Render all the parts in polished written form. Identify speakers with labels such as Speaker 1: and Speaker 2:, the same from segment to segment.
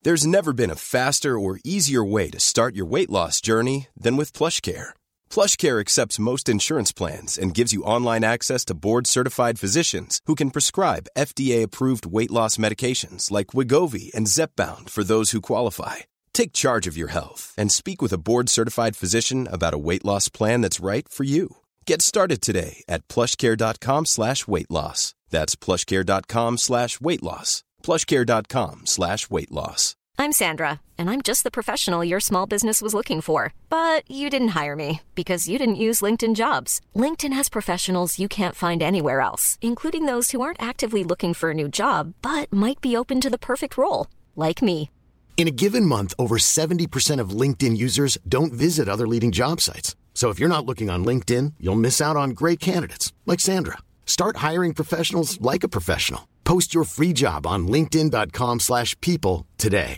Speaker 1: There's never been a faster or easier way to start your weight loss journey than with PlushCare. PlushCare accepts most insurance plans and gives you online access to board-certified physicians who can prescribe FDA-approved weight loss medications like Wegovy and Zepbound for those who qualify. Take charge of your health and speak with a board-certified physician about a weight loss plan that's right for you. Get started today at plushcare.com/weight loss. That's plushcare.com/weight loss. plushcare.com/weight loss.
Speaker 2: I'm Sandra, and I'm just the professional your small business was looking for. But you didn't hire me because you didn't use LinkedIn Jobs. LinkedIn has professionals you can't find anywhere else, including those who aren't actively looking for a new job, but might be open to the perfect role, like me.
Speaker 3: In a given month, over 70% of LinkedIn users don't visit other leading job sites. So if you're not looking on LinkedIn, you'll miss out on great candidates, like Sandra. Start hiring professionals like a professional. Post your free job on linkedin.com/people today.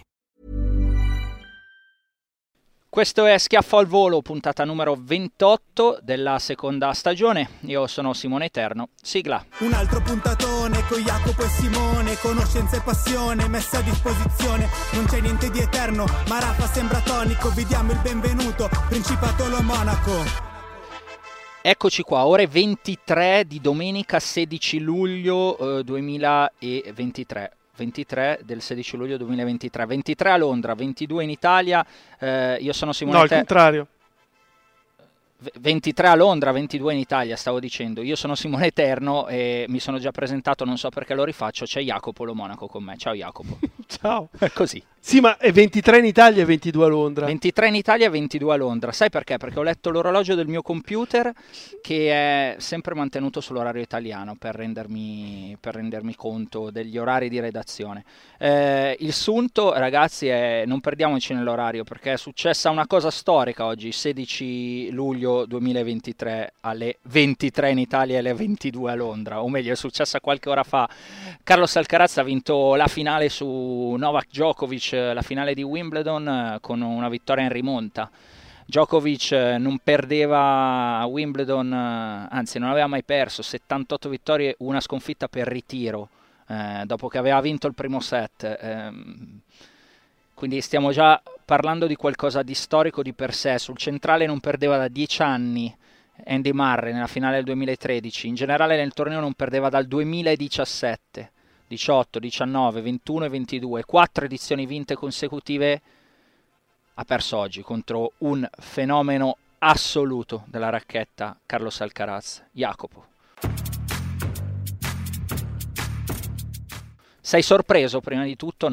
Speaker 4: Questo è Schiaffo al Volo, puntata numero 28 della seconda stagione. Io sono Simone Eterno. Sigla.
Speaker 5: Un altro puntatone con Jacopo e Simone, conoscenza e passione messa a disposizione. Non c'è niente di eterno, ma Rafa sembra tonico. Vi diamo il benvenuto, Principato Lo Monaco.
Speaker 4: Eccoci qua, ore 23 di domenica 16 luglio 2023. 23 del 16 luglio 2023, 23 a Londra, 22 in Italia. Io sono Simone.
Speaker 6: No, al contrario.
Speaker 4: 23 a Londra, 22 in Italia, stavo dicendo. Io sono Simone Eterno e mi sono già presentato, non so perché lo rifaccio. C'è Jacopo Lo Monaco con me. Ciao Jacopo.
Speaker 6: Ciao.
Speaker 4: È così.
Speaker 6: Sì, ma è 23 in Italia e 22 a Londra.
Speaker 4: 23 in Italia e 22 a Londra. Sai perché? Perché ho letto l'orologio del mio computer che è sempre mantenuto sull'orario italiano per rendermi conto degli orari di redazione. Il sunto, ragazzi, è non perdiamoci nell'orario perché è successa una cosa storica oggi, 16 luglio 2023 alle 23 in Italia e alle 22 a Londra. O meglio, è successa qualche ora fa. Carlos Alcaraz ha vinto la finale su Novak Djokovic, la finale di Wimbledon, con una vittoria in rimonta. Djokovic non perdeva a Wimbledon, anzi non aveva mai perso, 78 vittorie, una sconfitta per ritiro, dopo che aveva vinto il primo set. Quindi stiamo già parlando di qualcosa di storico di per sé. Sul centrale non perdeva da 10 anni Andy Murray nella finale del 2013, in generale nel torneo non perdeva dal 2017. 18, 19, 21 e 22, 4 edizioni vinte consecutive. Ha perso oggi contro un fenomeno assoluto della racchetta, Carlos Alcaraz. Jacopo, sei sorpreso prima di tutto?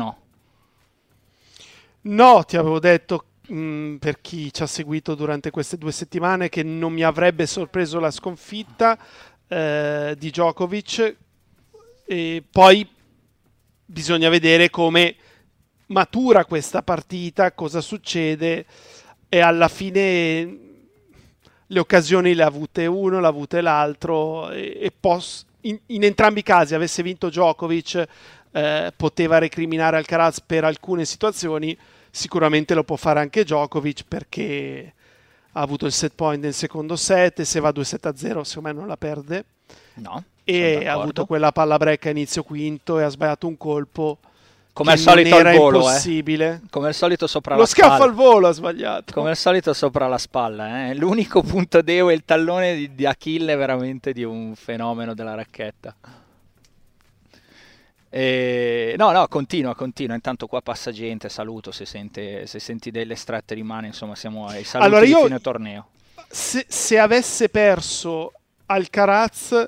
Speaker 6: No, ti avevo detto, per chi ci ha seguito durante queste 2 settimane, che non mi avrebbe sorpreso la sconfitta di Djokovic. E poi bisogna vedere come matura questa partita, cosa succede, e alla fine le occasioni le ha avute uno, le ha avute l'altro, e in entrambi i casi avesse vinto Djokovic poteva recriminare Alcaraz per alcune situazioni, sicuramente lo può fare anche Djokovic perché ha avuto il set point nel secondo set e se va 2-7-0 secondo me non la perde.
Speaker 4: No.
Speaker 6: E ha avuto quella palla break a inizio quinto e ha sbagliato un colpo
Speaker 4: come al solito
Speaker 6: era
Speaker 4: al volo,
Speaker 6: impossibile.
Speaker 4: Come al solito sopra
Speaker 6: lo
Speaker 4: la spalla.
Speaker 6: Lo schiaffo al volo ha sbagliato.
Speaker 4: Come al solito sopra la spalla. L'unico punto debole, il tallone di Achille veramente di un fenomeno della racchetta. No, continua. Intanto qua passa gente, saluto se senti delle strette di mano, insomma siamo ai saluti di fine torneo.
Speaker 6: Se avesse perso Alcaraz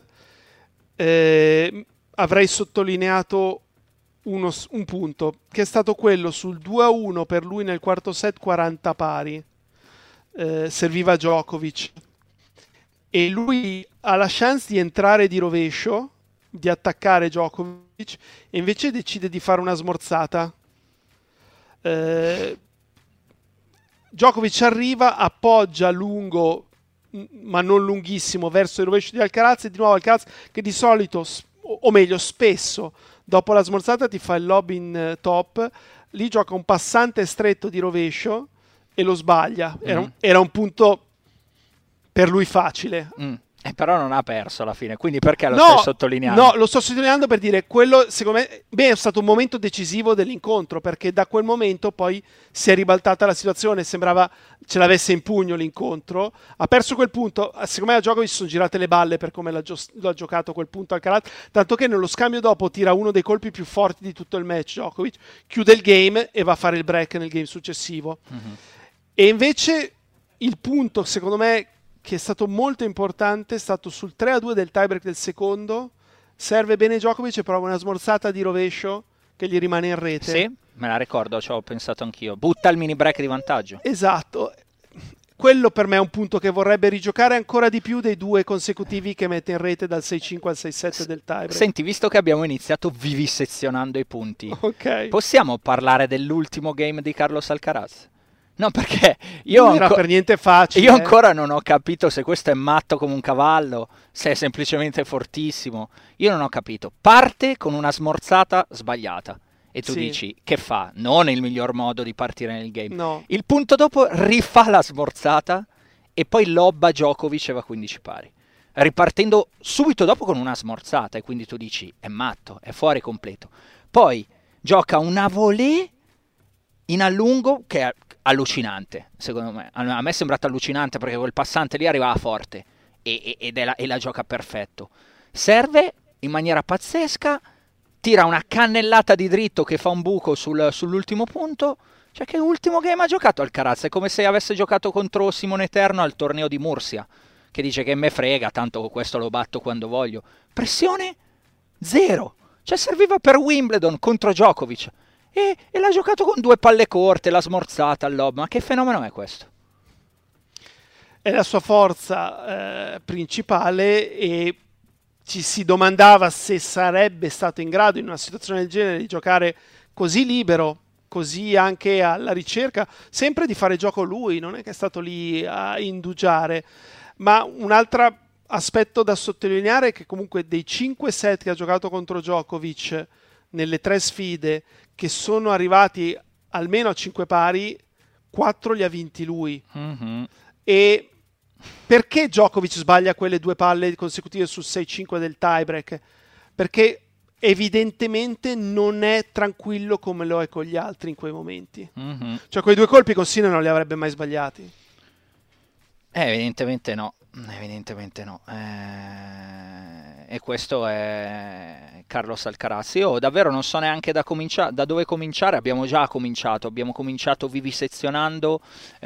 Speaker 6: avrei sottolineato un punto, che è stato quello sul 2-1 per lui nel quarto set, 40 pari. Serviva Djokovic e lui ha la chance di entrare di rovescio, di attaccare Djokovic, e invece decide di fare una smorzata. Djokovic arriva, appoggia lungo ma non lunghissimo verso il rovescio di Alcaraz, e di nuovo Alcaraz, che di solito, o meglio spesso, dopo la smorzata ti fa il lob in top, lì gioca un passante stretto di rovescio e lo sbaglia. Era un punto per lui facile.
Speaker 4: Però non ha perso alla fine, quindi perché lo stai sottolineando?
Speaker 6: No, lo sto sottolineando per dire, quello secondo me è stato un momento decisivo dell'incontro, perché da quel momento poi si è ribaltata la situazione, sembrava ce l'avesse in pugno l'incontro, ha perso quel punto, secondo me a Djokovic si sono girate le balle per come l'ha giocato quel punto Alcaraz, tanto che nello scambio dopo tira uno dei colpi più forti di tutto il match Djokovic, chiude il game e va a fare il break nel game successivo. E invece il punto secondo me che è stato molto importante, è stato sul 3-2 del tiebreak del secondo, serve bene Djokovic e prova una smorzata di rovescio che gli rimane in rete.
Speaker 4: Sì, me la ricordo, ci ho pensato anch'io. Butta il mini break di vantaggio.
Speaker 6: Esatto. Quello per me è un punto che vorrebbe rigiocare ancora di più dei 2 consecutivi che mette in rete dal 6-5 al 6-7 del tiebreak.
Speaker 4: Senti, visto che abbiamo iniziato vivisezionando i punti,
Speaker 6: okay,
Speaker 4: possiamo parlare dell'ultimo game di Carlos Alcaraz? No, perché
Speaker 6: non era per niente facile.
Speaker 4: Io ancora non ho capito se questo è matto come un cavallo, se è semplicemente fortissimo. Io non ho capito. Parte con una smorzata sbagliata e tu dici che fa? Non il miglior modo di partire nel game.
Speaker 6: No.
Speaker 4: Il punto dopo rifà la smorzata e poi lobba Djokovic e va 15 pari. Ripartendo subito dopo con una smorzata e quindi tu dici è matto, è fuori completo. Poi gioca una volée in allungo che è allucinante, secondo me. A me è sembrato allucinante perché quel passante lì arrivava forte e la gioca perfetto. Serve in maniera pazzesca, tira una cannellata di dritto che fa un buco sull'ultimo punto. Cioè, che ultimo game ha giocato Alcaraz? È come se avesse giocato contro Simone Eterno al torneo di Murcia, che dice che me frega, tanto questo lo batto quando voglio. Pressione zero. Cioè, serviva per Wimbledon contro Djokovic. E l'ha giocato con 2 palle corte, l'ha smorzata al lob. Ma che fenomeno è questo?
Speaker 6: È la sua forza principale e ci si domandava se sarebbe stato in grado in una situazione del genere di giocare così libero, così anche alla ricerca, sempre di fare gioco lui, non è che è stato lì a indugiare. Ma un altro aspetto da sottolineare è che comunque dei 5 set che ha giocato contro Djokovic nelle 3 sfide che sono arrivati almeno a 5 pari, 4 li ha vinti lui. E perché Djokovic sbaglia quelle 2 palle consecutive sul 6-5 del tiebreak? Perché evidentemente non è tranquillo come lo è con gli altri in quei momenti. Cioè quei 2 colpi con Sinner non li avrebbe mai sbagliati.
Speaker 4: Evidentemente no. E questo è Carlos Alcaraz. Io davvero non so neanche da dove cominciare. Abbiamo già cominciato. Abbiamo cominciato vivisezionando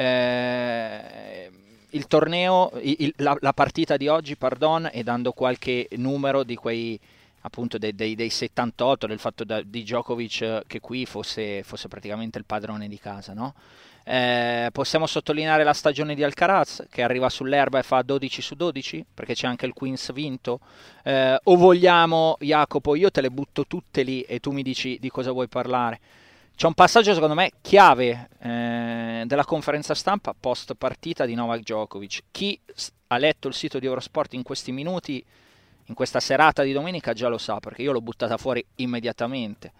Speaker 4: il torneo, la partita di oggi, e dando qualche numero di quei appunto dei 78, del fatto di Djokovic che qui fosse praticamente il padrone di casa, no? Possiamo sottolineare la stagione di Alcaraz che arriva sull'erba e fa 12 su 12 perché c'è anche il Queens vinto, o vogliamo, Jacopo, io te le butto tutte lì e tu mi dici di cosa vuoi parlare. C'è un passaggio secondo me chiave della conferenza stampa post partita di Novak Djokovic. Chi ha letto il sito di Eurosport in questi minuti, in questa serata di domenica, già lo sa perché io l'ho buttata fuori immediatamente.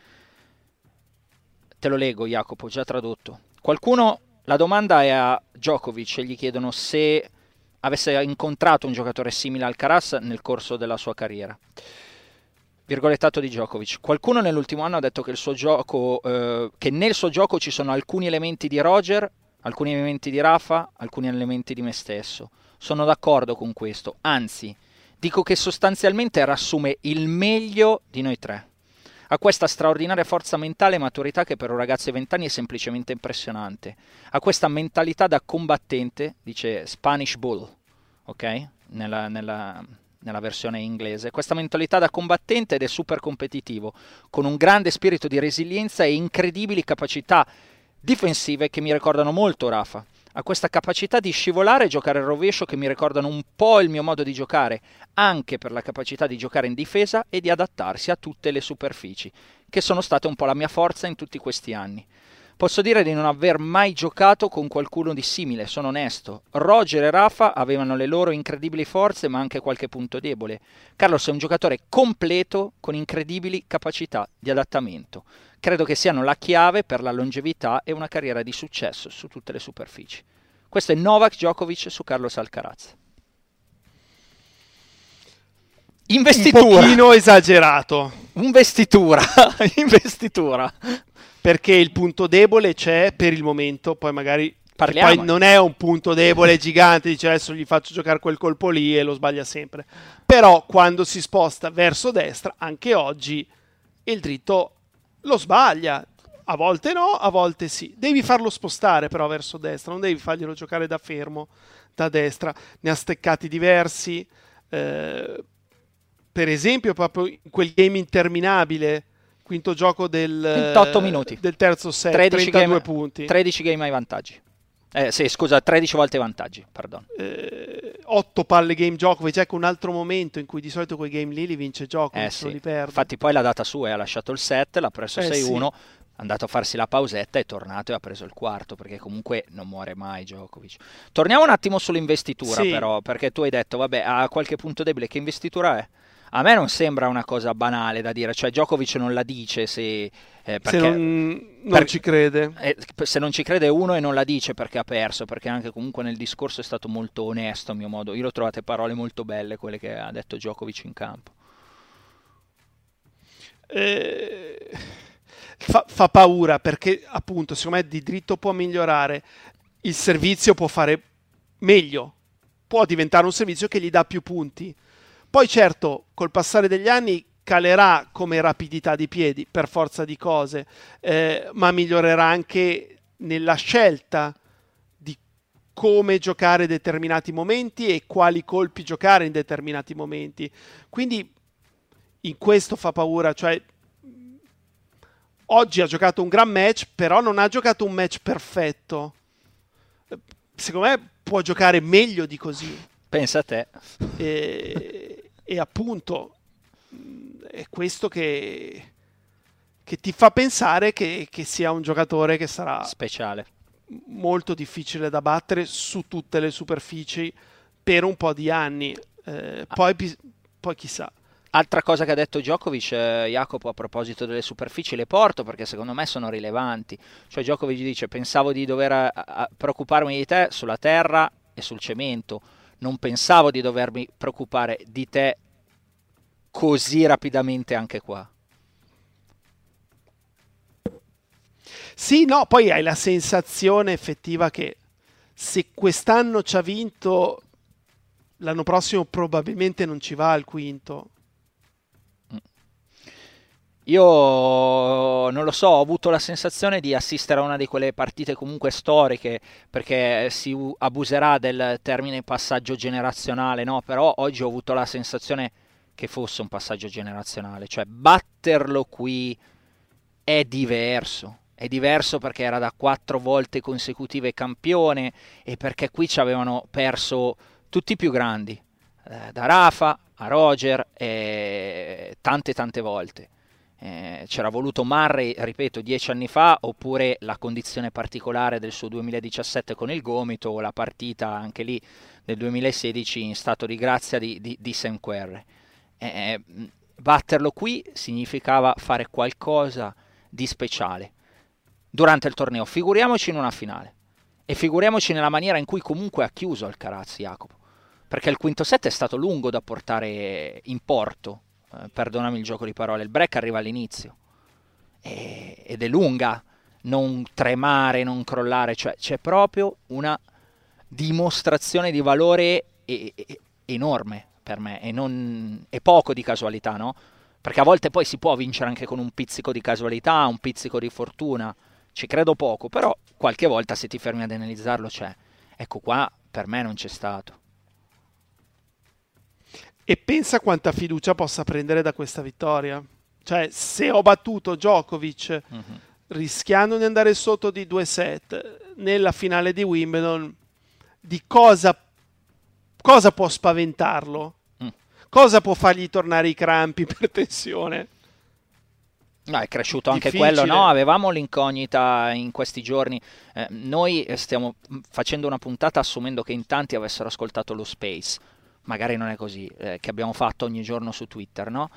Speaker 4: Te lo leggo, Jacopo, già tradotto. La domanda è a Djokovic e gli chiedono se avesse incontrato un giocatore simile al Alcaraz nel corso della sua carriera. Virgolettato di Djokovic: qualcuno nell'ultimo anno ha detto che che nel suo gioco ci sono alcuni elementi di Roger, alcuni elementi di Rafa, alcuni elementi di me stesso. Sono d'accordo con questo, anzi dico che sostanzialmente rassume il meglio di noi tre. Ha questa straordinaria forza mentale e maturità che per un ragazzo di 20 anni è semplicemente impressionante. Ha questa mentalità da combattente, dice Spanish Bull, ok? Nella versione inglese. Questa mentalità da combattente ed è super competitivo, con un grande spirito di resilienza e incredibili capacità difensive che mi ricordano molto Rafa. Ha questa capacità di scivolare e giocare al rovescio che mi ricordano un po' il mio modo di giocare, anche per la capacità di giocare in difesa e di adattarsi a tutte le superfici, che sono state un po' la mia forza in tutti questi anni. Posso dire di non aver mai giocato con qualcuno di simile, sono onesto. Roger e Rafa avevano le loro incredibili forze ma anche qualche punto debole. Carlos è un giocatore completo con incredibili capacità di adattamento. Credo che siano la chiave per la longevità e una carriera di successo su tutte le superfici. Questo è Novak Djokovic su Carlos Alcaraz. Investitura.
Speaker 6: Un pochino esagerato.
Speaker 4: Investitura.
Speaker 6: Perché il punto debole c'è per il momento, poi magari
Speaker 4: Parliamo.
Speaker 6: poi non è un punto debole gigante, dice adesso gli faccio giocare quel colpo lì e lo sbaglia sempre. Però quando si sposta verso destra, anche oggi, il dritto lo sbaglia. A volte no, a volte sì. Devi farlo spostare però verso destra, non devi farglielo giocare da fermo, da destra. Ne ha steccati diversi. Per esempio proprio in quel game interminabile, quinto gioco del
Speaker 4: 28 minuti.
Speaker 6: Del terzo set,
Speaker 4: 13
Speaker 6: 32
Speaker 4: game,
Speaker 6: punti.
Speaker 4: 13 game ai vantaggi. Sì, scusa, 13 volte ai vantaggi, perdono.
Speaker 6: 8 palle game Djokovic, ecco un altro momento in cui di solito quei game lì li vince Djokovic,
Speaker 4: Sì.
Speaker 6: non li perde.
Speaker 4: Infatti poi l'ha data su e ha lasciato il set, l'ha preso 6-1,
Speaker 6: sì.
Speaker 4: è andato a farsi la pausetta, è tornato e ha preso il quarto, perché comunque non muore mai Djokovic. Torniamo un attimo sull'investitura però, perché tu hai detto, vabbè, ha qualche punto debole, che investitura è? A me non sembra una cosa banale da dire, cioè Djokovic non la dice se
Speaker 6: non ci crede.
Speaker 4: Se non ci crede uno e non la dice perché ha perso, perché anche comunque nel discorso è stato molto onesto a mio modo. Io l'ho trovate parole molto belle quelle che ha detto Djokovic in campo.
Speaker 6: Fa paura perché appunto secondo me di dritto può migliorare, il servizio può fare meglio, può diventare un servizio che gli dà più punti. Poi certo, col passare degli anni calerà come rapidità di piedi per forza di cose, ma migliorerà anche nella scelta di come giocare determinati momenti e quali colpi giocare in determinati momenti. Quindi in questo fa paura, cioè oggi ha giocato un gran match, però non ha giocato un match perfetto. Secondo me può giocare meglio di così.
Speaker 4: Pensa a te.
Speaker 6: E appunto è questo che ti fa pensare che sia un giocatore che sarà
Speaker 4: speciale,
Speaker 6: molto difficile da battere su tutte le superfici per un po' di anni. Poi chissà.
Speaker 4: Altra cosa che ha detto Djokovic, Jacopo, a proposito delle superfici, le porto perché secondo me sono rilevanti. Cioè Djokovic dice: pensavo di dover preoccuparmi di te sulla terra e sul cemento, non pensavo di dovermi preoccupare di te così rapidamente anche qua.
Speaker 6: Sì, no, poi hai la sensazione effettiva che se quest'anno ci ha vinto, l'anno prossimo probabilmente non ci va al quinto.
Speaker 4: Io non lo so, ho avuto la sensazione di assistere a una di quelle partite comunque storiche, perché si abuserà del termine passaggio generazionale, no? Però oggi ho avuto la sensazione che fosse un passaggio generazionale, cioè batterlo qui è diverso perché era da 4 volte consecutive campione e perché qui ci avevano perso tutti i più grandi, da Rafa a Roger, tante volte. C'era voluto Murray, ripeto, 10 anni fa, oppure la condizione particolare del suo 2017 con il gomito, o la partita anche lì del 2016 in stato di grazia di Sam Querrey. Batterlo qui significava fare qualcosa di speciale durante il torneo, figuriamoci in una finale e figuriamoci nella maniera in cui comunque ha chiuso Alcaraz, Jacopo, perché il quinto set è stato lungo da portare in porto. Perdonami il gioco di parole, il break arriva all'inizio ed è lunga, non tremare, non crollare, cioè c'è proprio una dimostrazione di valore enorme per me e poco di casualità, no? Perché a volte poi si può vincere anche con un pizzico di casualità, un pizzico di fortuna, ci credo poco, però qualche volta se ti fermi ad analizzarlo c'è. Ecco qua per me non c'è stato.
Speaker 6: E pensa quanta fiducia possa prendere da questa vittoria. Cioè, se ho battuto Djokovic rischiando di andare sotto di 2 set nella finale di Wimbledon, di cosa può spaventarlo? Cosa può fargli tornare i crampi per tensione?
Speaker 4: No, è cresciuto anche
Speaker 6: Difficile.
Speaker 4: quello, no? Avevamo l'incognita in questi giorni. Noi stiamo facendo una puntata assumendo che in tanti avessero ascoltato lo Space. Magari non è così, che abbiamo fatto ogni giorno su Twitter, no?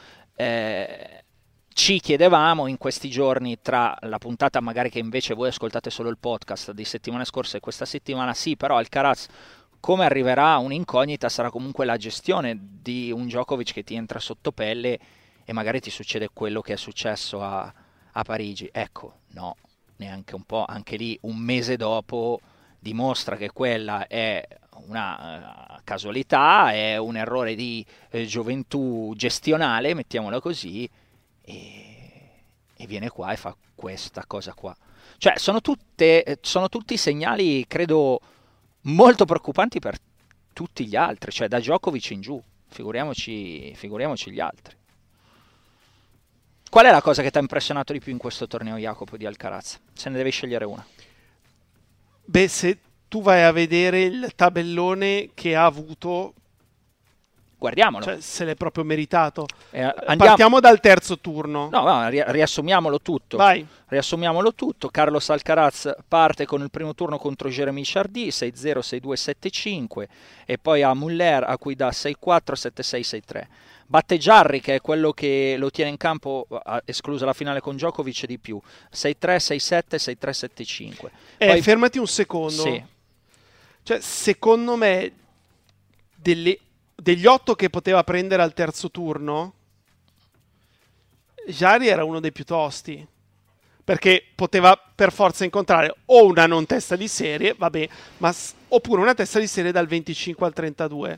Speaker 4: Ci chiedevamo in questi giorni, tra la puntata magari che invece voi ascoltate solo il podcast di settimana scorsa e questa settimana, sì, però Alcaraz come arriverà un'incognita sarà comunque la gestione di un Djokovic che ti entra sotto pelle e magari ti succede quello che è successo a Parigi. Ecco, no, neanche un po', anche lì un mese dopo dimostra che quella è una casualità, è un errore di gioventù gestionale, mettiamola così, e viene qua e fa questa cosa qua. Cioè sono tutti segnali, credo, molto preoccupanti per tutti gli altri, cioè da Djokovic in giù, figuriamoci gli altri. Qual è la cosa che ti ha impressionato di più in questo torneo, Jacopo, di Alcaraz? Se ne devi scegliere una.
Speaker 6: Beh, se tu vai a vedere il tabellone che ha avuto,
Speaker 4: guardiamolo.
Speaker 6: Cioè, se l'è proprio meritato.
Speaker 4: Partiamo
Speaker 6: dal terzo turno.
Speaker 4: No, riassumiamolo tutto.
Speaker 6: Vai.
Speaker 4: Riassumiamolo tutto. Carlos Alcaraz parte con il primo turno contro Jeremy Chardy, 6-0, 6-2, 7-5, e poi a Muller, a cui dà 6-4, 7-6, 6-3. Batte Jarry, che è quello che lo tiene in campo, esclusa la finale con Djokovic, di più. 6-3, 6-7, 6-3, 7-5. Poi,
Speaker 6: fermati un secondo.
Speaker 4: Sì.
Speaker 6: Cioè, secondo me, degli 8 che poteva prendere al terzo turno, Jarry era uno dei più tosti. Perché poteva per forza incontrare o una non testa di serie, vabbè, oppure una testa di serie dal 25 al 32.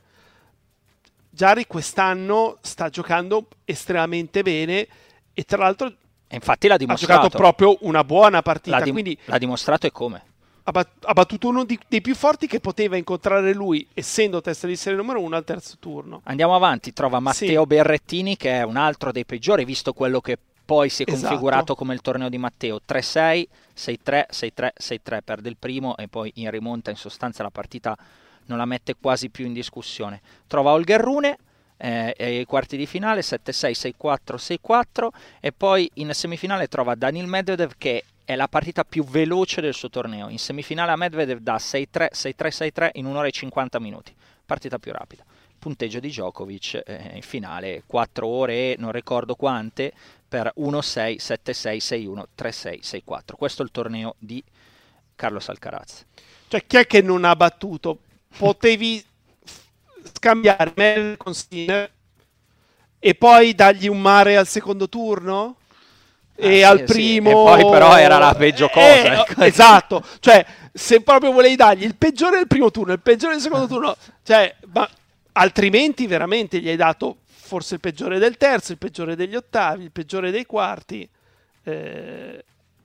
Speaker 6: Jarry quest'anno sta giocando estremamente bene e tra l'altro
Speaker 4: infatti l'ha dimostrato.
Speaker 6: Ha giocato proprio una buona partita. Quindi
Speaker 4: l'ha dimostrato, e come?
Speaker 6: Ha battuto uno dei più forti che poteva incontrare lui, essendo testa di serie numero 1 al terzo turno.
Speaker 4: Andiamo avanti, trova Matteo Berrettini, che è un altro dei peggiori, visto quello che poi si è configurato come il torneo di Matteo. 3-6, 6-3, 6-3, 6-3, perde il primo e poi in rimonta in sostanza la partita non la mette quasi più in discussione. Trova Holger Rune ai quarti di finale, 7-6, 6-4, 6-4, e poi in semifinale trova Daniil Medvedev, che è la partita più veloce del suo torneo. In semifinale a Medvedev da 6-3, 6-3, 6-3 in 1 ora e 50 minuti, partita più rapida. Punteggio di Djokovic in finale 4 ore e non ricordo quante per 1-6, 7-6, 6-1, 3-6, 6-4. Questo è il torneo di Carlos Alcaraz.
Speaker 6: Cioè, chi è che non ha battuto? Potevi scambiare Medvedev con Sinner e poi dargli un mare al secondo turno e al primo,
Speaker 4: e poi però era la peggio cosa,
Speaker 6: esatto, cioè se proprio volevi dargli il peggiore del primo turno, il peggiore del secondo turno, cioè, ma altrimenti veramente gli hai dato forse il peggiore del terzo, il peggiore degli ottavi, il peggiore dei quarti, e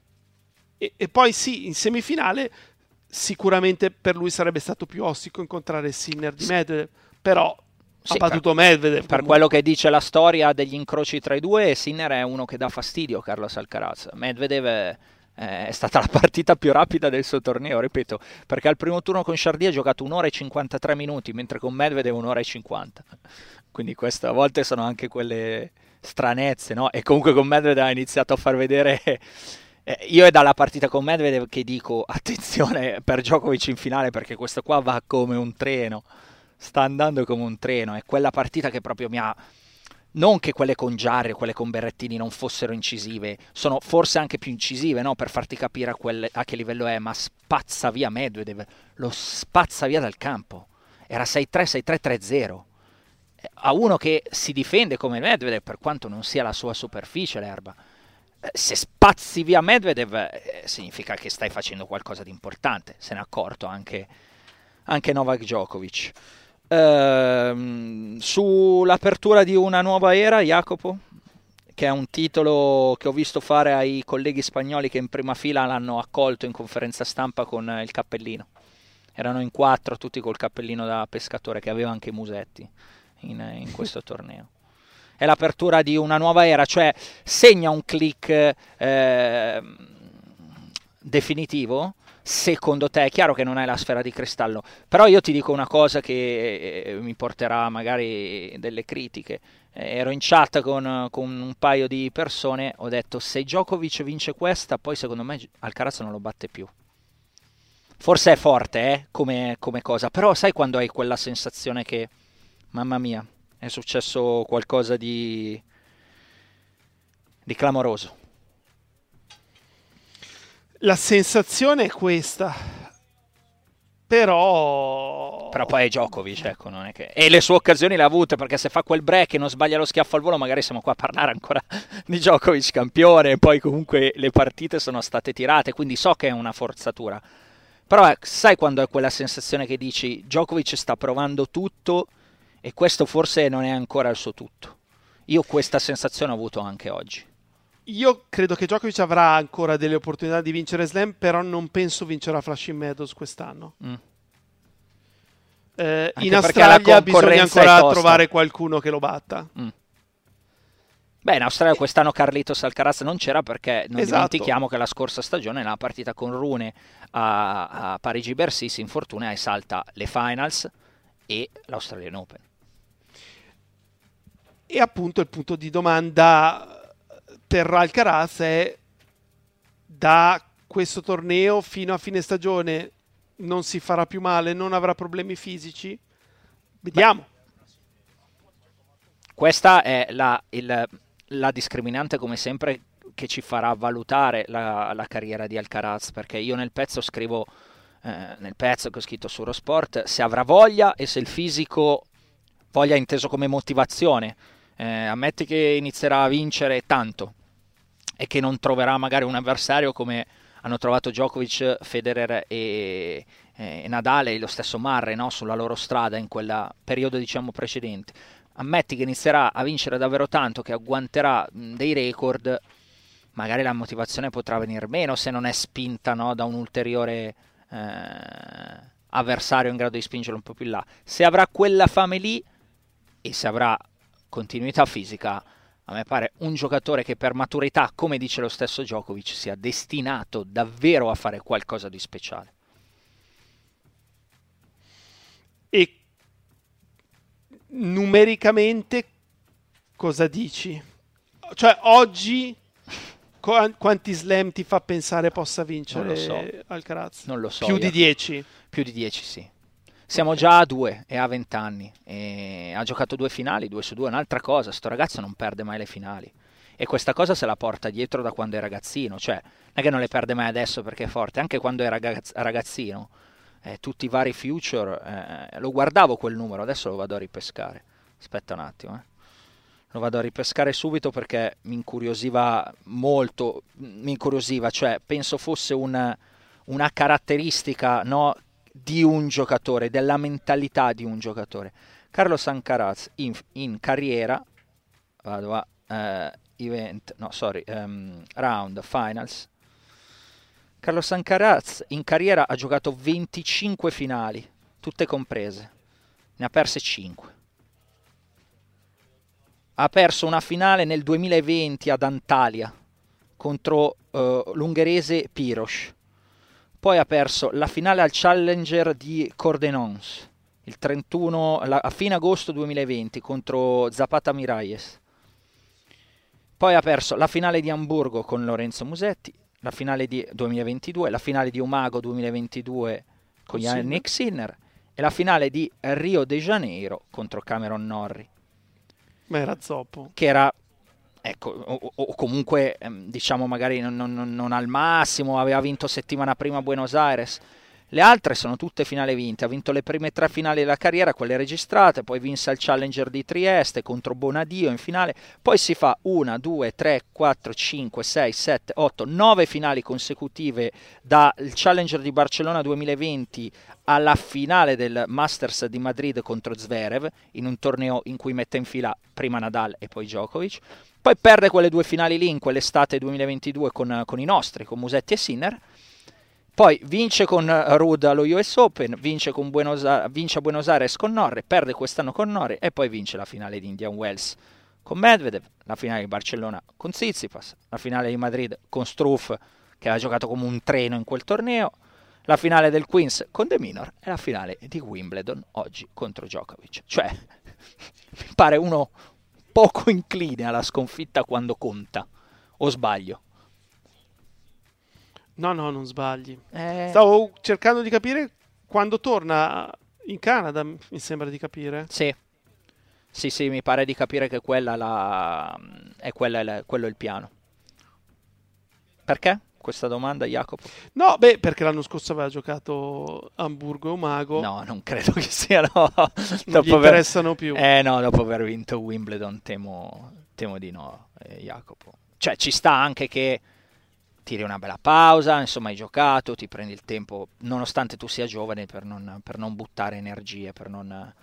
Speaker 6: poi sì, in semifinale sicuramente per lui sarebbe stato più ostico incontrare Sinner di Medvedev, però ha battuto Medvedev.
Speaker 4: Per quello che dice la storia degli incroci tra i due, Sinner è uno che dà fastidio a Carlos Alcaraz. Medvedev è stata la partita più rapida del suo torneo, ripeto, perché al primo turno con Chardy ha giocato 1 ora e 53 minuti, mentre con Medvedev 1 ora e 50. Quindi queste a volte sono anche quelle stranezze, no? E comunque con Medvedev ha iniziato a far vedere... io è dalla partita con Medvedev che dico attenzione per Djokovic in finale, perché questo qua va come un treno, sta andando come un treno. È quella partita che proprio mi ha... Non che quelle con Jarry o quelle con Berrettini non fossero incisive, sono forse anche più incisive, no? Per farti capire a che livello è, ma spazza via Medvedev, lo spazza via dal campo. Era 6-3, 6-3, 3-0. A uno che si difende come Medvedev, per quanto non sia la sua superficie l'erba. Se spazzi via Medvedev significa che stai facendo qualcosa di importante, se ne è accorto anche Novak Djokovic. Sull'apertura di una nuova era, Jacopo, che è un titolo che ho visto fare ai colleghi spagnoli che in prima fila l'hanno accolto in conferenza stampa con il cappellino. Erano in 4 tutti col cappellino da pescatore, che aveva anche Musetti in questo torneo. È l'apertura di una nuova era, cioè segna un click definitivo. Secondo te? È chiaro che non hai la sfera di cristallo, però io ti dico una cosa che mi porterà magari delle critiche. Ero in chat con un paio di persone, ho detto se Djokovic vince questa, poi secondo me Alcaraz non lo batte più. Forse è forte come cosa, però sai quando hai quella sensazione che, mamma mia, è successo qualcosa di clamoroso.
Speaker 6: La sensazione è questa. Però
Speaker 4: poi è Djokovic, ecco, non è che... E le sue occasioni le ha avute, perché se fa quel break e non sbaglia lo schiaffo al volo, magari siamo qua a parlare ancora di Djokovic campione, e poi comunque le partite sono state tirate, quindi so che è una forzatura. Però sai quando è quella sensazione che dici Djokovic sta provando tutto e questo forse non è ancora il suo tutto? Io questa sensazione ho avuto anche oggi.
Speaker 6: Io credo che Djokovic avrà ancora delle opportunità di vincere Slam, però non penso vincerà Flushing Meadows quest'anno. In Australia bisogna ancora trovare qualcuno che lo batta.
Speaker 4: Beh, in Australia quest'anno Carlitos Alcaraz non c'era perché non dimentichiamo che la scorsa stagione nella partita con Rune a Parigi-Bercy si infortuna e salta le finals e l'Australian Open.
Speaker 6: E appunto il punto di domanda per Alcaraz è: da questo torneo fino a fine stagione non si farà più male, non avrà problemi fisici? Vediamo.
Speaker 4: Questa è la discriminante, come sempre, che ci farà valutare la carriera di Alcaraz, perché io nel pezzo scrivo, nel pezzo che ho scritto su Eurosport, se avrà voglia e se il fisico, voglia inteso come motivazione, ammetti che inizierà a vincere tanto e che non troverà magari un avversario come hanno trovato Djokovic, Federer e Nadal e lo stesso Murray, no? Sulla loro strada in quel periodo diciamo precedente. Ammetti che inizierà a vincere davvero tanto, che agguanterà dei record, magari la motivazione potrà venire meno se non è spinta, no, da un ulteriore avversario in grado di spingerlo un po' più in là. Se avrà quella fame lì e se avrà continuità fisica, a me pare un giocatore che per maturità, come dice lo stesso Djokovic, sia destinato davvero a fare qualcosa di speciale.
Speaker 6: E numericamente cosa dici? Cioè oggi quanti slam ti fa pensare possa vincere Alcaraz?
Speaker 4: Non lo so.
Speaker 6: Più di 10?
Speaker 4: Più di 10 sì. Siamo già a 2 e ha 20 anni e ha giocato 2 finali, 2 su 2, un'altra cosa, sto ragazzo non perde mai le finali e questa cosa se la porta dietro da quando è ragazzino, cioè non è che non le perde mai adesso perché è forte, anche quando è ragazzino, tutti i vari future, lo guardavo quel numero, adesso lo vado a ripescare, aspetta un attimo, lo vado a ripescare subito perché mi incuriosiva molto, cioè penso fosse una caratteristica, no, di un giocatore, della mentalità di un giocatore. Carlos Alcaraz in carriera, vado a round finals. Carlos Alcaraz in carriera ha giocato 25 finali, tutte comprese, ne ha perse 5. Ha perso una finale nel 2020 ad Antalya contro l'ungherese Piros. Poi ha perso la finale al Challenger di Cordenons il 31 a fine agosto 2020 contro Zapata Miralles. Poi ha perso la finale di Amburgo con Lorenzo Musetti, la finale di 2022, la finale di Umago 2022 con Yannick Sinner e la finale di Rio de Janeiro contro Cameron Norrie.
Speaker 6: Ma era zoppo.
Speaker 4: Che era, ecco, o comunque diciamo magari non al massimo, aveva vinto settimana prima a Buenos Aires. Le altre sono tutte finali vinte, ha vinto le prime 3 finali della carriera, quelle registrate, poi vinse il Challenger di Trieste contro Bonadio in finale, poi si fa 1, 2, 3, 4, 5, 6, 7, 8, 9 finali consecutive dal Challenger di Barcellona 2020 alla finale del Masters di Madrid contro Zverev, in un torneo in cui mette in fila prima Nadal e poi Djokovic. Poi perde quelle 2 finali lì in quell'estate 2022 con i nostri, con Musetti e Sinner. Poi vince con Ruud allo US Open, vince a Buenos Aires con Norrie, perde quest'anno con Norrie e poi vince la finale di Indian Wells con Medvedev, la finale di Barcellona con Tsitsipas, la finale di Madrid con Struff che aveva giocato come un treno in quel torneo, la finale del Queens con De Minaur e la finale di Wimbledon oggi contro Djokovic. Cioè, mi pare uno poco incline alla sconfitta quando conta, o sbaglio?
Speaker 6: No, non sbagli. Stavo cercando di capire quando torna in Canada, mi sembra di capire.
Speaker 4: Sì, mi pare di capire che quello è il piano. Perché? questa domanda, Jacopo?
Speaker 6: No, beh, perché l'anno scorso aveva giocato Amburgo e Umago.
Speaker 4: No, non credo che siano.
Speaker 6: Non gli interessano più.
Speaker 4: No, dopo aver vinto Wimbledon temo di no, Jacopo. Cioè, ci sta anche che tiri una bella pausa, insomma hai giocato, ti prendi il tempo, nonostante tu sia giovane, per non buttare energie, per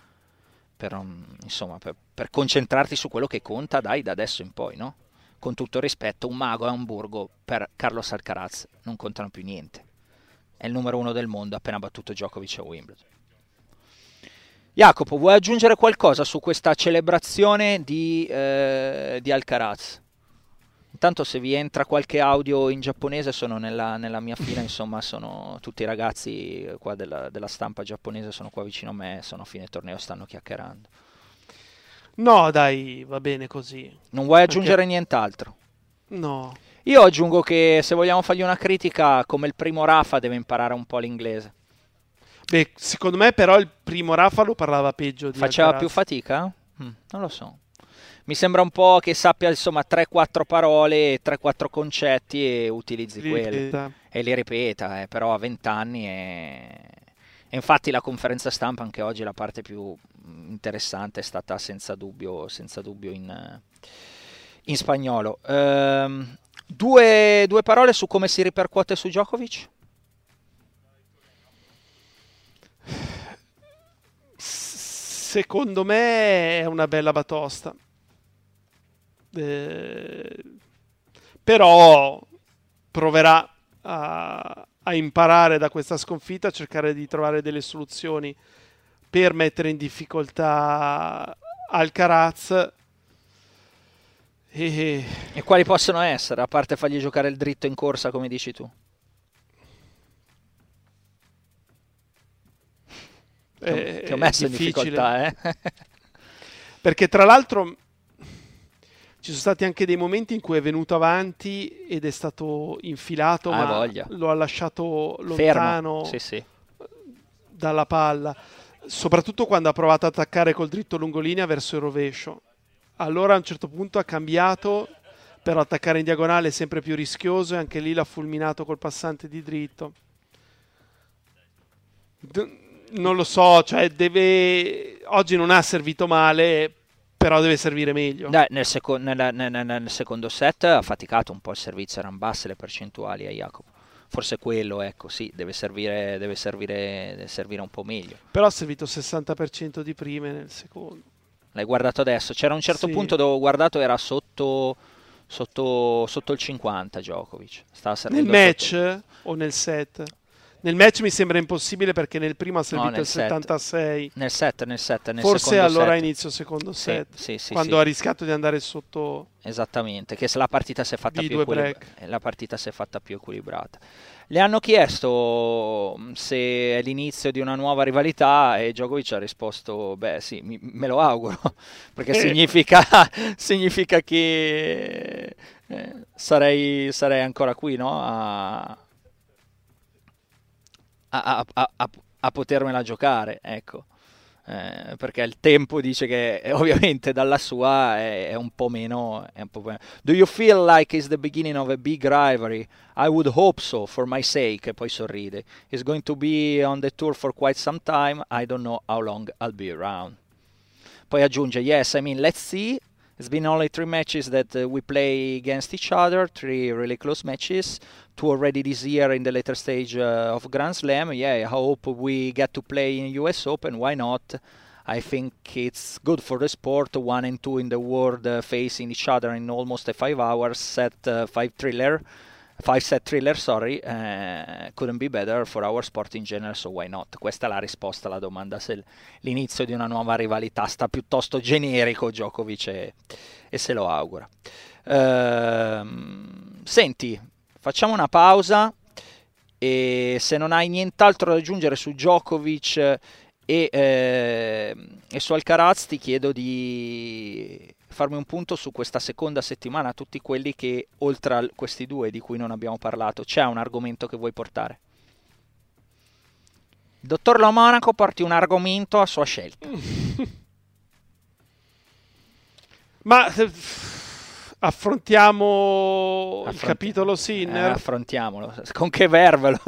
Speaker 4: concentrarti su quello che conta, dai, da adesso in poi, no? Con tutto il rispetto, un mago a Amburgo per Carlos Alcaraz non contano più niente. È il numero 1 del mondo, appena battuto Djokovic a Wimbledon. Jacopo, vuoi aggiungere qualcosa su questa celebrazione di Alcaraz? Intanto se vi entra qualche audio in giapponese, sono nella mia fila, insomma sono tutti i ragazzi qua della stampa giapponese, sono qua vicino a me, sono a fine torneo, stanno chiacchierando.
Speaker 6: No, dai, va bene così.
Speaker 4: Non vuoi aggiungere nient'altro?
Speaker 6: No.
Speaker 4: Io aggiungo che se vogliamo fargli una critica, come il primo Rafa deve imparare un po' l'inglese.
Speaker 6: Beh, secondo me però il primo Rafa lo parlava peggio di
Speaker 4: Faceva
Speaker 6: Alcaraz.
Speaker 4: più fatica? Non lo so. Mi sembra un po' che sappia insomma 3-4 parole, 3-4 concetti e utilizzi quelli. E li ripeta, però a 20 anni e infatti la conferenza stampa anche oggi, la parte più interessante, è stata senza dubbio in spagnolo. Due parole su come si ripercuote su Djokovic?
Speaker 6: Secondo me è una bella batosta. Però proverà a imparare da questa sconfitta, a cercare di trovare delle soluzioni per mettere in difficoltà Alcaraz. E
Speaker 4: quali possono essere, a parte fargli giocare il dritto in corsa come dici tu? Ti ho messo in difficoltà,
Speaker 6: perché tra l'altro ci sono stati anche dei momenti in cui è venuto avanti ed è stato infilato, ma lo ha lasciato lontano
Speaker 4: sì.
Speaker 6: dalla palla, soprattutto quando ha provato ad attaccare col dritto lungolinea verso il rovescio. Allora a un certo punto ha cambiato, però attaccare in diagonale è sempre più rischioso e anche lì l'ha fulminato col passante di dritto. Non lo so, cioè oggi non ha servito male, però deve servire meglio.
Speaker 4: Nel secondo set ha faticato un po' il servizio, erano basse le percentuali a Jacopo. Forse quello, ecco, sì, deve servire un po' meglio.
Speaker 6: Però ha servito 60% di prime nel secondo.
Speaker 4: L'hai guardato adesso? C'era un certo punto dove ho guardato, era sotto il 50 Djokovic.
Speaker 6: Nel match o nel set? Nel match mi sembra impossibile perché nel primo ha servito il 76.
Speaker 4: Nel set,
Speaker 6: forse allora
Speaker 4: set.
Speaker 6: Inizio secondo set.
Speaker 4: Sì,
Speaker 6: quando ha rischiato di andare sotto.
Speaker 4: Esattamente, che se la partita si è fatta più equilibrata. Le hanno chiesto se è l'inizio di una nuova rivalità e Djokovic ha risposto: beh sì, me lo auguro, perché significa che sarei ancora qui, no? A potermela giocare, ecco. Perché il tempo dice che ovviamente dalla sua è un po' meno. Do you feel like it's the beginning of a big rivalry? I would hope so, for my sake. E poi sorride. He's going to be on the tour for quite some time. I don't know how long I'll be around. Poi aggiunge: yes, I mean, let's see. It's been only 3 matches that we play against each other, 3 really close matches, 2 already this year in the later stage of Grand Slam. Yeah, I hope we get to play in US Open. Why not? I think it's good for the sport. 1 and 2 in the world facing each other in almost a 5 hours set 5-set thriller, couldn't be better for our sport in general, so why not? Questa è la risposta alla domanda se l'inizio di una nuova rivalità. Sta piuttosto generico Djokovic e se lo augura. Senti, facciamo una pausa e se non hai nient'altro da aggiungere su Djokovic e su Alcaraz ti chiedo di farmi un punto su questa seconda settimana, tutti quelli che oltre a questi 2 di cui non abbiamo parlato, c'è un argomento che vuoi portare? Il dottor Lo Monaco porti un argomento a sua scelta.
Speaker 6: Ma Affrontiamo il capitolo Sinner?
Speaker 4: Affrontiamolo. Con che vervelo?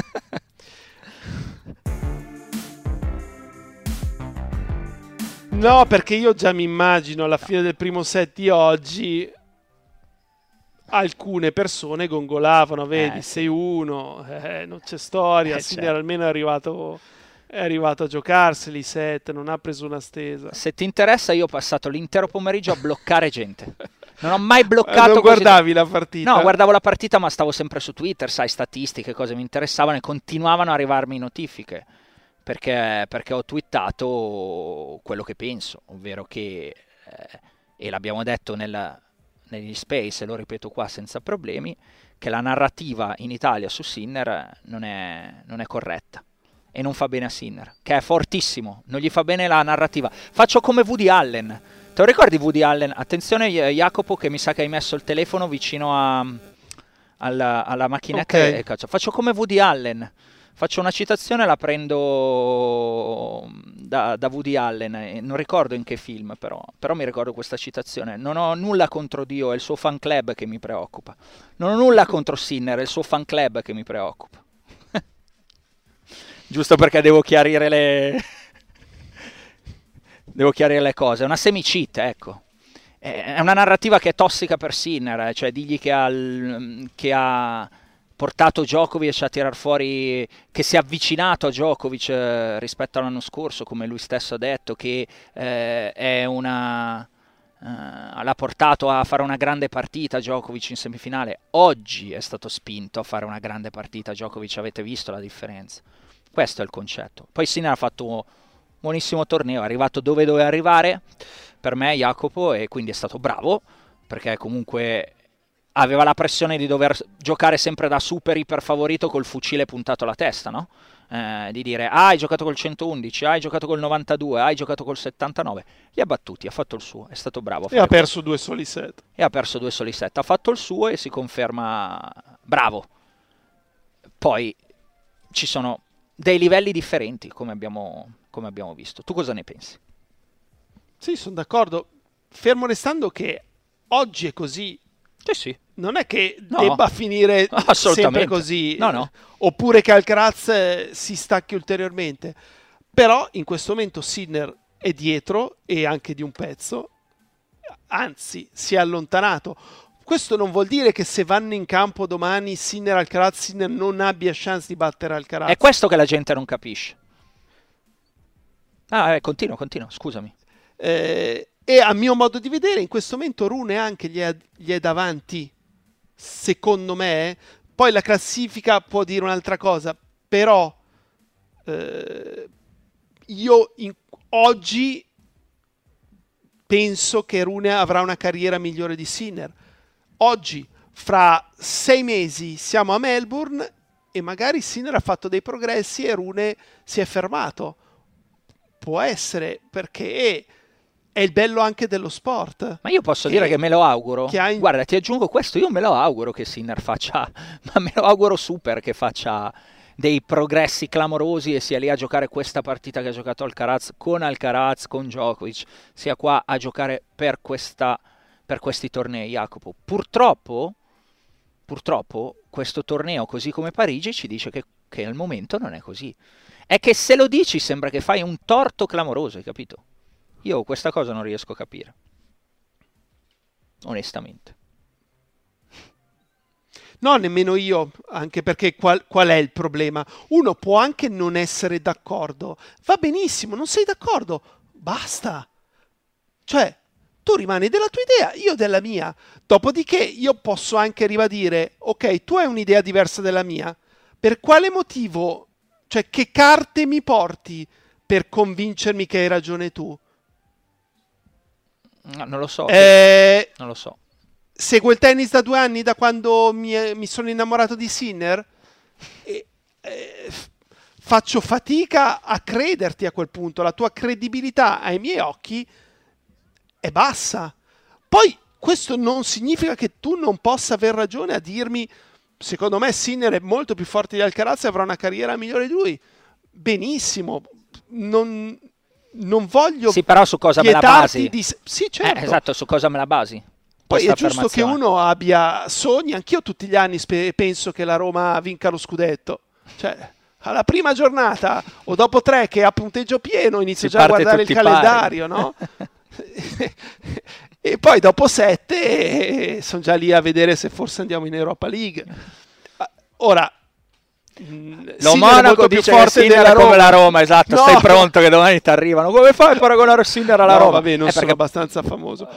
Speaker 6: No, perché io già mi immagino alla fine del primo set di oggi alcune persone gongolavano, vedi,
Speaker 4: Sì.
Speaker 6: 6-1, non c'è storia, Sinner
Speaker 4: certo.
Speaker 6: almeno è arrivato a giocarseli i set, non ha preso una stesa.
Speaker 4: Se ti interessa, io ho passato l'intero pomeriggio a bloccare gente. Non ho mai bloccato
Speaker 6: non guardavi la partita?
Speaker 4: No, guardavo la partita, ma stavo sempre su Twitter, sai, statistiche, cose mi interessavano e continuavano a arrivarmi notifiche. Perché ho twittato quello che penso, ovvero che, e l'abbiamo detto negli space, e lo ripeto qua senza problemi, che la narrativa in Italia su Sinner non è corretta e non fa bene a Sinner, che è fortissimo, non gli fa bene la narrativa. Faccio come Woody Allen. Te lo ricordi Woody Allen? Attenzione Jacopo, che mi sa che hai messo il telefono vicino alla macchinetta.
Speaker 6: Okay.
Speaker 4: Faccio come Woody Allen. Faccio una citazione, la prendo da Woody Allen, non ricordo in che film, però mi ricordo questa citazione. Non ho nulla contro Dio, è il suo fan club che mi preoccupa. Non ho nulla contro Sinner, è il suo fan club che mi preoccupa. Giusto perché devo chiarire le cose. È una semi-cheat, ecco. È una narrativa che è tossica per Sinner, cioè digli che ha portato Djokovic a tirar fuori, che si è avvicinato a Djokovic rispetto all'anno scorso, come lui stesso ha detto, che l'ha portato a fare una grande partita Djokovic in semifinale. Oggi è stato spinto a fare una grande partita Djokovic, avete visto la differenza. Questo è il concetto. Poi Sinner ha fatto un buonissimo torneo, è arrivato dove doveva arrivare per me Jacopo, e quindi è stato bravo, perché comunque aveva la pressione di dover giocare sempre da super iper favorito col fucile puntato alla testa, no? Di dire hai giocato col 111, hai giocato col 92, hai giocato col 79. Li ha battuti, ha fatto il suo, è stato bravo.
Speaker 6: E ha perso 2 soli set.
Speaker 4: Ha fatto il suo e si conferma bravo. Poi ci sono dei livelli differenti, come abbiamo visto. Tu cosa ne pensi?
Speaker 6: Sì, sono d'accordo. Fermo restando che oggi è così.
Speaker 4: Sì.
Speaker 6: Non è che debba finire sempre così,
Speaker 4: no.
Speaker 6: Oppure che Alcaraz si stacchi ulteriormente. Però in questo momento Sinner è dietro e anche di un pezzo, anzi si è allontanato. Questo non vuol dire che se vanno in campo domani Sinner non abbia chance di battere Alcaraz.
Speaker 4: È questo che la gente non capisce. Continua, scusami.
Speaker 6: E a mio modo di vedere in questo momento Rune anche gli è davanti, secondo me. Poi la classifica può dire un'altra cosa, però io oggi penso che Rune avrà una carriera migliore di Sinner. Oggi, fra 6 mesi, siamo a Melbourne e magari Sinner ha fatto dei progressi e Rune si è fermato. Può essere, perché è il bello anche dello sport.
Speaker 4: Ma io posso dire che me lo auguro.
Speaker 6: Che
Speaker 4: Guarda, ti aggiungo questo, io me lo auguro che Sinner faccia, ma me lo auguro super che faccia dei progressi clamorosi e sia lì a giocare questa partita che ha giocato Alcaraz, con Djokovic, sia qua a giocare per questi tornei, Jacopo. Purtroppo questo torneo, così come Parigi, ci dice che al momento non è così. È che se lo dici sembra che fai un torto clamoroso, hai capito? Io questa cosa non riesco a capire, onestamente.
Speaker 6: No, nemmeno io, anche perché qual è il problema? Uno può anche non essere d'accordo, va benissimo, non sei d'accordo, basta. Cioè, tu rimani della tua idea, io della mia. Dopodiché io posso anche ribadire, ok, tu hai un'idea diversa della mia, per quale motivo? Cioè, che carte mi porti per convincermi che hai ragione tu?
Speaker 4: No, non lo so. Non lo so.
Speaker 6: Seguo il tennis da 2 anni, da quando mi sono innamorato di Sinner, e faccio fatica a crederti a quel punto. La tua credibilità ai miei occhi è bassa. Poi questo non significa che tu non possa aver ragione a dirmi secondo me Sinner è molto più forte di Alcaraz e avrà una carriera migliore di lui. Benissimo, non voglio.
Speaker 4: Sì, però su cosa me la basi?
Speaker 6: Sì, certo.
Speaker 4: Esatto, su cosa me la basi?
Speaker 6: Poi è giusto che uno abbia sogni, anch'io tutti gli anni penso che la Roma vinca lo scudetto, cioè alla prima giornata o dopo 3 che ha punteggio pieno inizio già a guardare il calendario, no? E poi dopo 7 sono già lì a vedere se forse andiamo in Europa League. Ora
Speaker 4: lo Monaco più forte della Roma. Come la Roma, esatto, no. Stai pronto che domani ti arrivano. Come fai a paragonare Sinner alla Roma?
Speaker 6: Vabbè, non sono abbastanza famoso,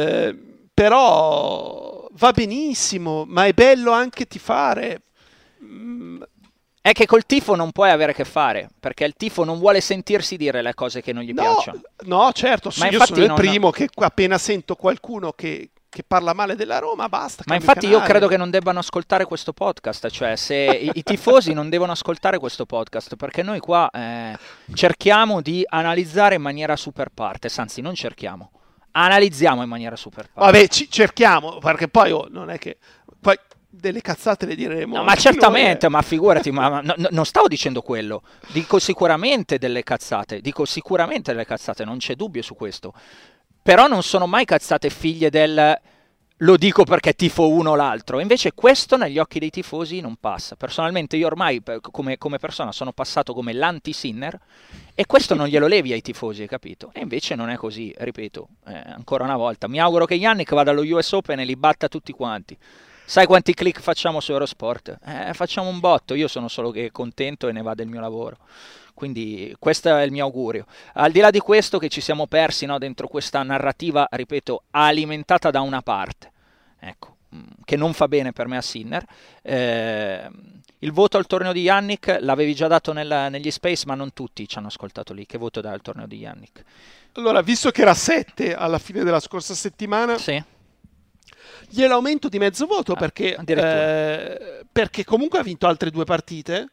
Speaker 6: però va benissimo, ma è bello anche tifare.
Speaker 4: È che col tifo non puoi avere a che fare, perché il tifo non vuole sentirsi dire le cose che non gli piacciono.
Speaker 6: No, certo, ma io sono il primo che appena sento qualcuno che parla male della Roma, basta.
Speaker 4: Ma infatti io credo che non debbano ascoltare questo podcast, cioè se i tifosi non devono ascoltare questo podcast, perché noi qua cerchiamo di analizzare in maniera super partes, anzi non cerchiamo, analizziamo in maniera super partes.
Speaker 6: Vabbè, cerchiamo, perché poi non è che... Poi delle cazzate le diremo.
Speaker 4: No, ma certamente, ma figurati, non stavo dicendo quello. Dico sicuramente delle cazzate, non c'è dubbio su questo. Però non sono mai cazzate figlie del lo dico perché tifo uno o l'altro. Invece questo negli occhi dei tifosi non passa. Personalmente io ormai come persona sono passato come l'anti-Sinner e questo non glielo levi ai tifosi, hai capito? E invece non è così, ripeto, ancora una volta. Mi auguro che Yannick vada allo US Open e li batta tutti quanti. Sai quanti click facciamo su Eurosport? Facciamo un botto, io sono solo che contento e ne va del mio lavoro. Quindi questo è il mio augurio. Al di là di questo che ci siamo persi, no, dentro questa narrativa, ripeto, alimentata da una parte, ecco, che non fa bene per me a Sinner. Il voto al torneo di Yannick l'avevi già dato negli Space, ma non tutti ci hanno ascoltato lì. Che voto dai al torneo di Yannick?
Speaker 6: Allora, visto che era 7 alla fine della scorsa settimana...
Speaker 4: Sì.
Speaker 6: Glielo aumento di mezzo voto perché comunque ha vinto altre 2 partite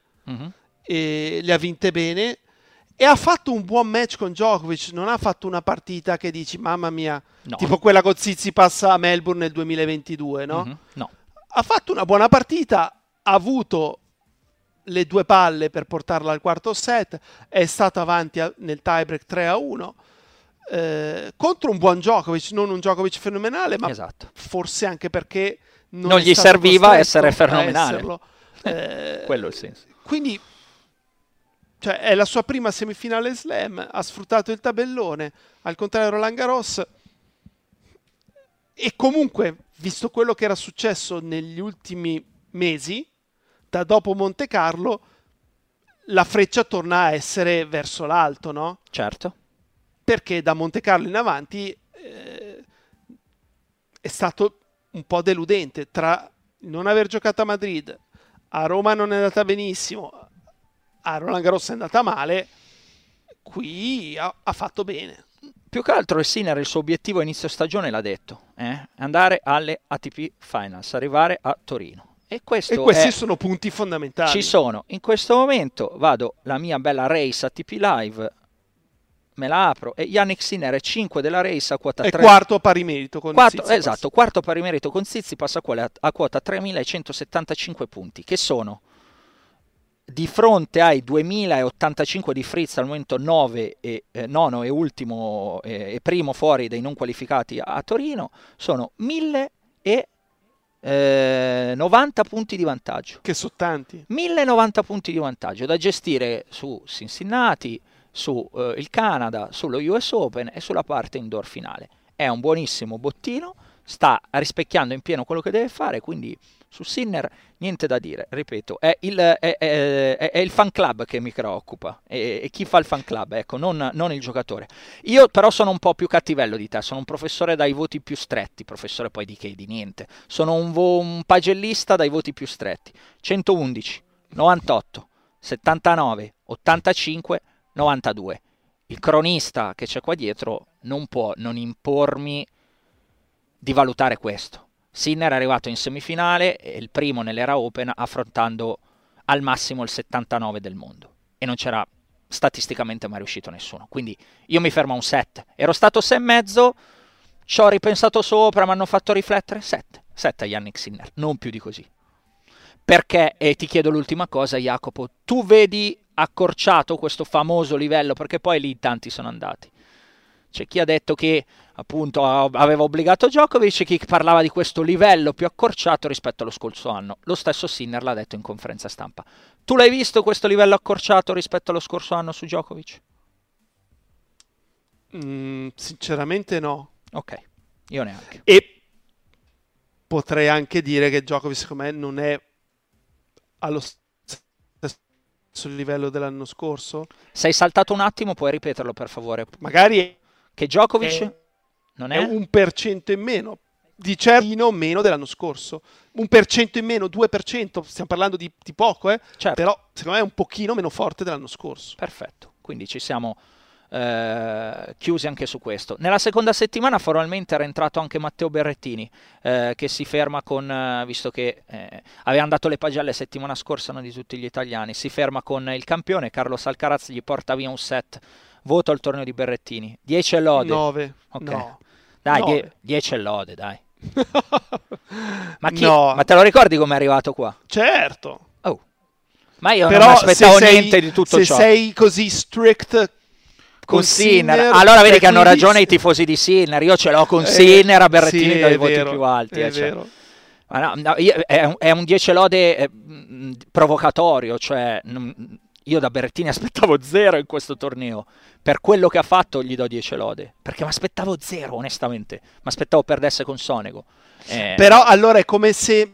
Speaker 6: e le ha vinte bene e ha fatto un buon match con Djokovic, non ha fatto una partita che dici mamma mia, no. Tipo quella con Tsitsipas a Melbourne nel 2022, no?
Speaker 4: No.
Speaker 6: Ha fatto una buona partita, ha avuto le 2 palle per portarla al quarto set, è stato avanti nel tiebreak 3-1. Contro un buon Djokovic, non un Djokovic fenomenale, ma
Speaker 4: esatto.
Speaker 6: Forse anche perché
Speaker 4: non gli serviva essere fenomenale. Quello è il senso.
Speaker 6: Quindi, cioè, è la sua prima semifinale slam, ha sfruttato il tabellone, al contrario Roland Garros, e comunque, visto quello che era successo negli ultimi mesi, da dopo Monte Carlo, la freccia torna a essere verso l'alto, no?
Speaker 4: Certo.
Speaker 6: Perché da Monte Carlo in avanti è stato un po' deludente, tra non aver giocato a Madrid, a Roma non è andata benissimo, a Roland Garros è andata male, qui ha fatto bene.
Speaker 4: Più che altro il Sinner il suo obiettivo a inizio stagione l'ha detto, andare alle ATP Finals, arrivare a Torino. E
Speaker 6: questi sono punti fondamentali.
Speaker 4: Ci sono. In questo momento vado la mia bella race ATP Live, me la apro e Yannick Sinner è 5 della race a quota 3.
Speaker 6: È quarto a pari merito con Tsitsipas.
Speaker 4: Esatto, quarto a pari merito con Tsitsipas a quota 3.175 punti, che sono di fronte ai 2.085 di Fritz al momento nono e ultimo e primo fuori dei non qualificati a Torino, sono 1.090 punti di vantaggio.
Speaker 6: Che sono tanti.
Speaker 4: 1.090 punti di vantaggio da gestire su Cincinnati, su il Canada, sullo US Open e sulla parte indoor finale. È un buonissimo bottino, sta rispecchiando in pieno quello che deve fare, quindi su Sinner niente da dire, ripeto, è il fan club che mi preoccupa e chi fa il fan club, ecco, non il giocatore. Io però sono un po' più cattivello di te, sono un professore dai voti più stretti, professore poi di che, di niente, sono un pagellista dai voti più stretti, 111, 98, 79, 85, 92. Il cronista che c'è qua dietro non può non impormi di valutare questo. Sinner è arrivato in semifinale, è il primo nell'era Open, affrontando al massimo il 79 del mondo e non c'era statisticamente mai riuscito nessuno, quindi io mi fermo a un 7. Ero stato 6,5, ci ho ripensato sopra, mi hanno fatto riflettere, 7 a Yannick Sinner, non più di così. Perché, e ti chiedo l'ultima cosa Jacopo, tu vedi accorciato questo famoso livello, perché poi lì tanti sono andati, C'è chi ha detto che appunto aveva obbligato Djokovic, e chi parlava di questo livello più accorciato rispetto allo scorso anno. Lo stesso Sinner l'ha detto in conferenza stampa. Tu l'hai visto questo livello accorciato rispetto allo scorso anno su Djokovic?
Speaker 6: Sinceramente no.
Speaker 4: Ok, io neanche.
Speaker 6: E potrei anche dire che Djokovic secondo me non è allo stesso livello dell'anno scorso.
Speaker 4: Sei saltato un attimo, puoi ripeterlo per favore?
Speaker 6: Magari
Speaker 4: che Djokovic non
Speaker 6: è 1% in meno, di certo meno dell'anno scorso. 1% in meno, 2%, stiamo parlando di poco,
Speaker 4: certo.
Speaker 6: Però secondo me è un pochino meno forte dell'anno scorso.
Speaker 4: Perfetto, quindi ci siamo chiusi anche su questo. Nella seconda settimana formalmente era entrato anche Matteo Berrettini, che si ferma con, visto che avevano dato le pagelle settimana scorsa, no, di tutti gli italiani, si ferma con il campione. Carlos Alcaraz gli porta via un set. Voto al torneo di Berrettini. 10 e lode.
Speaker 6: 9.
Speaker 4: Okay.
Speaker 6: No.
Speaker 4: Dai, 10 e lode, dai. Ma
Speaker 6: no.
Speaker 4: Ma te lo ricordi come è arrivato qua?
Speaker 6: Certo.
Speaker 4: Oh. Ma io
Speaker 6: però
Speaker 4: non mi aspettavo niente di tutto ciò.
Speaker 6: Se sei così strict
Speaker 4: con Sinner, allora vedi che hanno ragione i tifosi di Sinner. Io ce l'ho con Sinner, a Berrettini
Speaker 6: sì,
Speaker 4: dai voti più alti.
Speaker 6: È vero.
Speaker 4: Ma no, è un 10 lode provocatorio, cioè io da Berrettini aspettavo 0 in questo torneo. Per quello che ha fatto gli do 10 lode, perché mi aspettavo 0, onestamente. Mi aspettavo perdesse con Sonego.
Speaker 6: Però allora è come se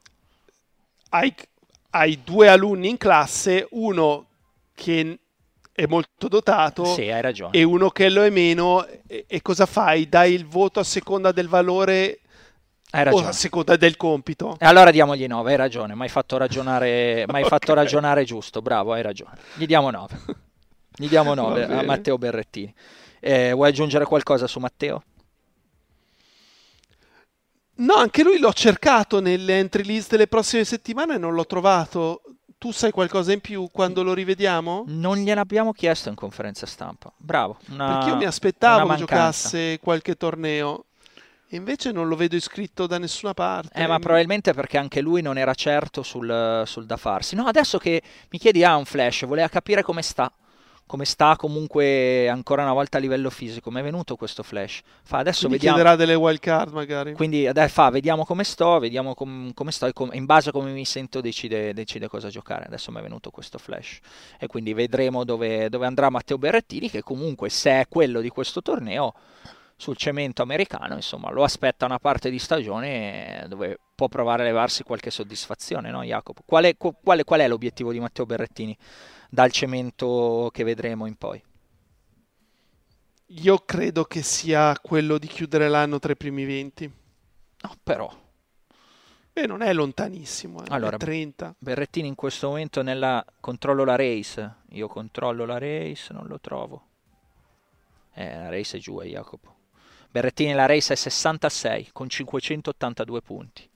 Speaker 6: hai 2 alunni in classe, uno che è molto dotato,
Speaker 4: sì, hai ragione,
Speaker 6: e uno che lo è meno, e cosa fai? Dai il voto a seconda del valore o a seconda del compito?
Speaker 4: E allora diamogli 9, hai ragione, mi hai fatto ragionare, fatto ragionare giusto, bravo, hai ragione. Gli diamo 9. Gli diamo 9 a Matteo Berrettini. Vuoi aggiungere qualcosa su Matteo?
Speaker 6: No, anche lui l'ho cercato nelle entry list delle prossime settimane e non l'ho trovato. Tu sai qualcosa in più quando lo rivediamo?
Speaker 4: Non gliel'abbiamo chiesto in conferenza stampa. Bravo.
Speaker 6: Perché io mi aspettavo che giocasse qualche torneo. E invece non lo vedo iscritto da nessuna parte.
Speaker 4: Ma probabilmente perché anche lui non era certo sul da farsi. No, adesso che mi chiedi, un flash, voleva capire come sta. Come sta comunque ancora una volta a livello fisico. Mi è venuto questo flash. Adesso
Speaker 6: quindi
Speaker 4: vediamo.
Speaker 6: Chiederà delle wild card magari.
Speaker 4: Quindi vediamo come sto, vediamo come sto, e in base a come mi sento decide cosa giocare. Adesso mi è venuto questo flash. E quindi vedremo dove andrà Matteo Berrettini, che comunque, se è quello di questo torneo, sul cemento americano, insomma, lo aspetta una parte di stagione dove può provare a levarsi qualche soddisfazione, no, Jacopo? Qual è l'obiettivo di Matteo Berrettini dal cemento che vedremo in poi?
Speaker 6: Io credo che sia quello di chiudere l'anno tra i primi 20.
Speaker 4: No, però.
Speaker 6: Non è lontanissimo,
Speaker 4: allora,
Speaker 6: è 30.
Speaker 4: Berrettini in questo momento controllo la race. Io controllo la race, non lo trovo. La race è giù, Jacopo. Berrettini la race è 66 con 582 punti.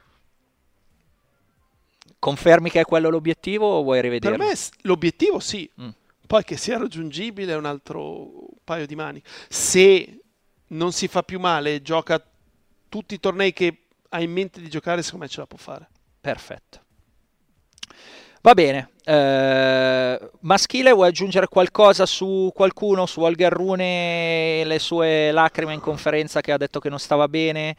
Speaker 4: Confermi che è quello l'obiettivo o vuoi rivederlo?
Speaker 6: Per me l'obiettivo sì. Poi che sia raggiungibile è un altro paio di mani. Se non si fa più male, gioca tutti i tornei che ha in mente di giocare, secondo me ce la può fare.
Speaker 4: Perfetto. Va bene. Maschile, vuoi aggiungere qualcosa su qualcuno, su Holger Rune, le sue lacrime in conferenza che ha detto che non stava bene,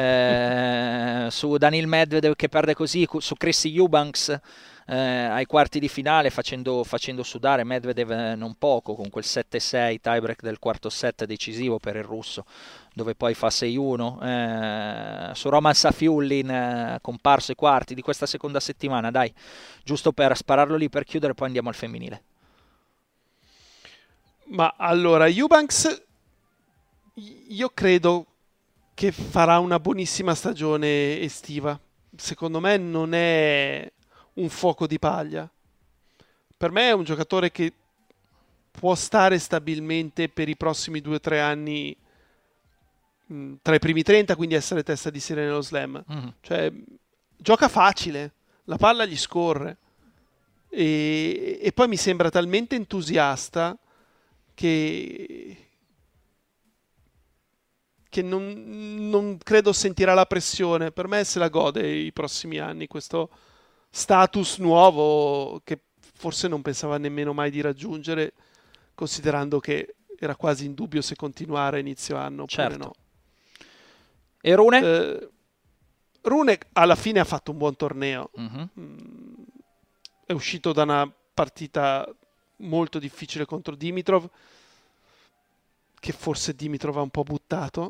Speaker 4: su Daniil Medvedev che perde così, su Chris Eubanks ai quarti di finale facendo sudare Medvedev non poco con quel 7-6 tiebreak del quarto set decisivo per il russo, dove poi fa 6-1, su Roman Safiullin comparso ai quarti di questa seconda settimana, dai, giusto per spararlo lì per chiudere, poi andiamo al femminile.
Speaker 6: Ma allora, Eubanks io credo che farà una buonissima stagione estiva. Secondo me non è un fuoco di paglia. Per me è un giocatore che può stare stabilmente per i prossimi 2 o 3 anni tra i primi 30, quindi essere testa di serie nello slam. Cioè, gioca facile, la palla gli scorre e poi mi sembra talmente entusiasta che non credo sentirà la pressione. Per me se la gode i prossimi anni, questo status nuovo che forse non pensava nemmeno mai di raggiungere, considerando che era quasi in dubbio se continuare a inizio anno oppure
Speaker 4: Certo.
Speaker 6: no.
Speaker 4: E Rune?
Speaker 6: Rune alla fine ha fatto un buon torneo.
Speaker 4: Mhm.
Speaker 6: È uscito da una partita molto difficile contro Dimitrov, che forse Dimitrov ha un po' buttato.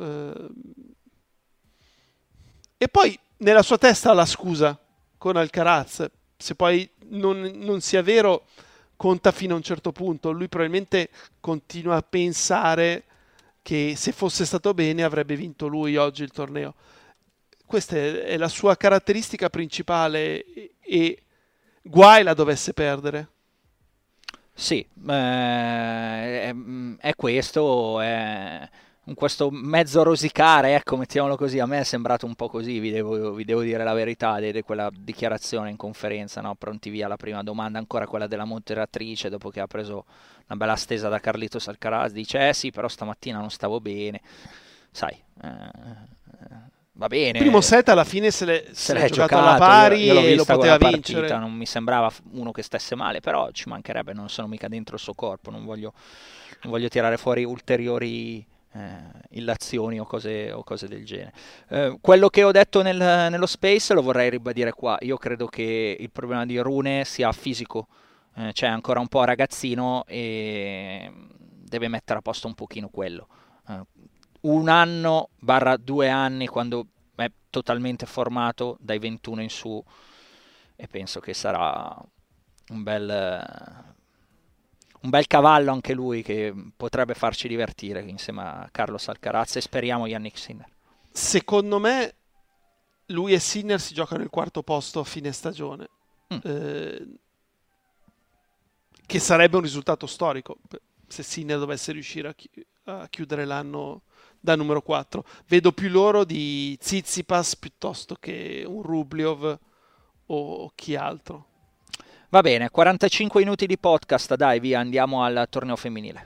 Speaker 6: E poi nella sua testa ha la scusa con Alcaraz. Se poi non sia vero, conta fino a un certo punto. Lui probabilmente continua a pensare che se fosse stato bene avrebbe vinto lui oggi il torneo. Questa è la sua caratteristica principale e guai la dovesse perdere.
Speaker 4: Sì, è questo, questo mezzo rosicare, ecco, mettiamolo così. A me è sembrato un po' così, vi devo dire la verità, di quella dichiarazione in conferenza, no? Pronti via, la prima domanda, ancora quella della moderatrice, dopo che ha preso una bella stesa da Carlitos Alcaraz, dice sì, però stamattina non stavo bene, sai, va bene.
Speaker 6: Il primo set alla fine se l'è giocato alla
Speaker 4: giocato,
Speaker 6: pari
Speaker 4: io l'ho
Speaker 6: e lo
Speaker 4: vista
Speaker 6: poteva
Speaker 4: quella
Speaker 6: vincere.
Speaker 4: partita, non mi sembrava uno che stesse male, però ci mancherebbe, non sono mica dentro il suo corpo, non voglio tirare fuori ulteriori illazioni o cose del genere. Quello che ho detto nello space lo vorrei ribadire qua. Io credo che il problema di Rune sia fisico, cioè ancora un po' ragazzino e deve mettere a posto un pochino quello. 1 anno / 2 anni quando è totalmente formato dai 21 in su, e penso che sarà un bel cavallo anche lui, che potrebbe farci divertire insieme a Carlos Alcaraz e speriamo Jannik Sinner.
Speaker 6: Secondo me lui e Sinner si giocano il 4º posto a fine stagione, che sarebbe un risultato storico se Sinner dovesse riuscire a chiudere l'anno da numero 4. Vedo più loro di Tsitsipas piuttosto che un Rublev o chi altro.
Speaker 4: Va bene, 45 minuti di podcast, dai, via, andiamo al torneo femminile.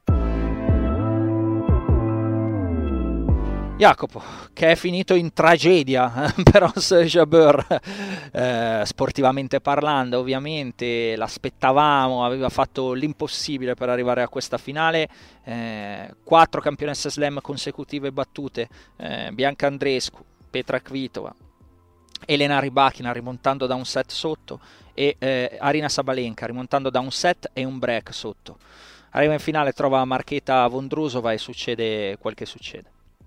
Speaker 4: Jacopo, che è finito in tragedia per Ons Jabeur, sportivamente parlando, ovviamente l'aspettavamo, aveva fatto l'impossibile per arrivare a questa finale, 4 campionesse slam consecutive battute, Bianca Andreescu, Petra Kvitova, Elena Rybakina rimontando da un set sotto e Arina Sabalenka rimontando da un set e un break sotto. Arriva in finale, trova Marketa Vondrousova e succede quel che succede.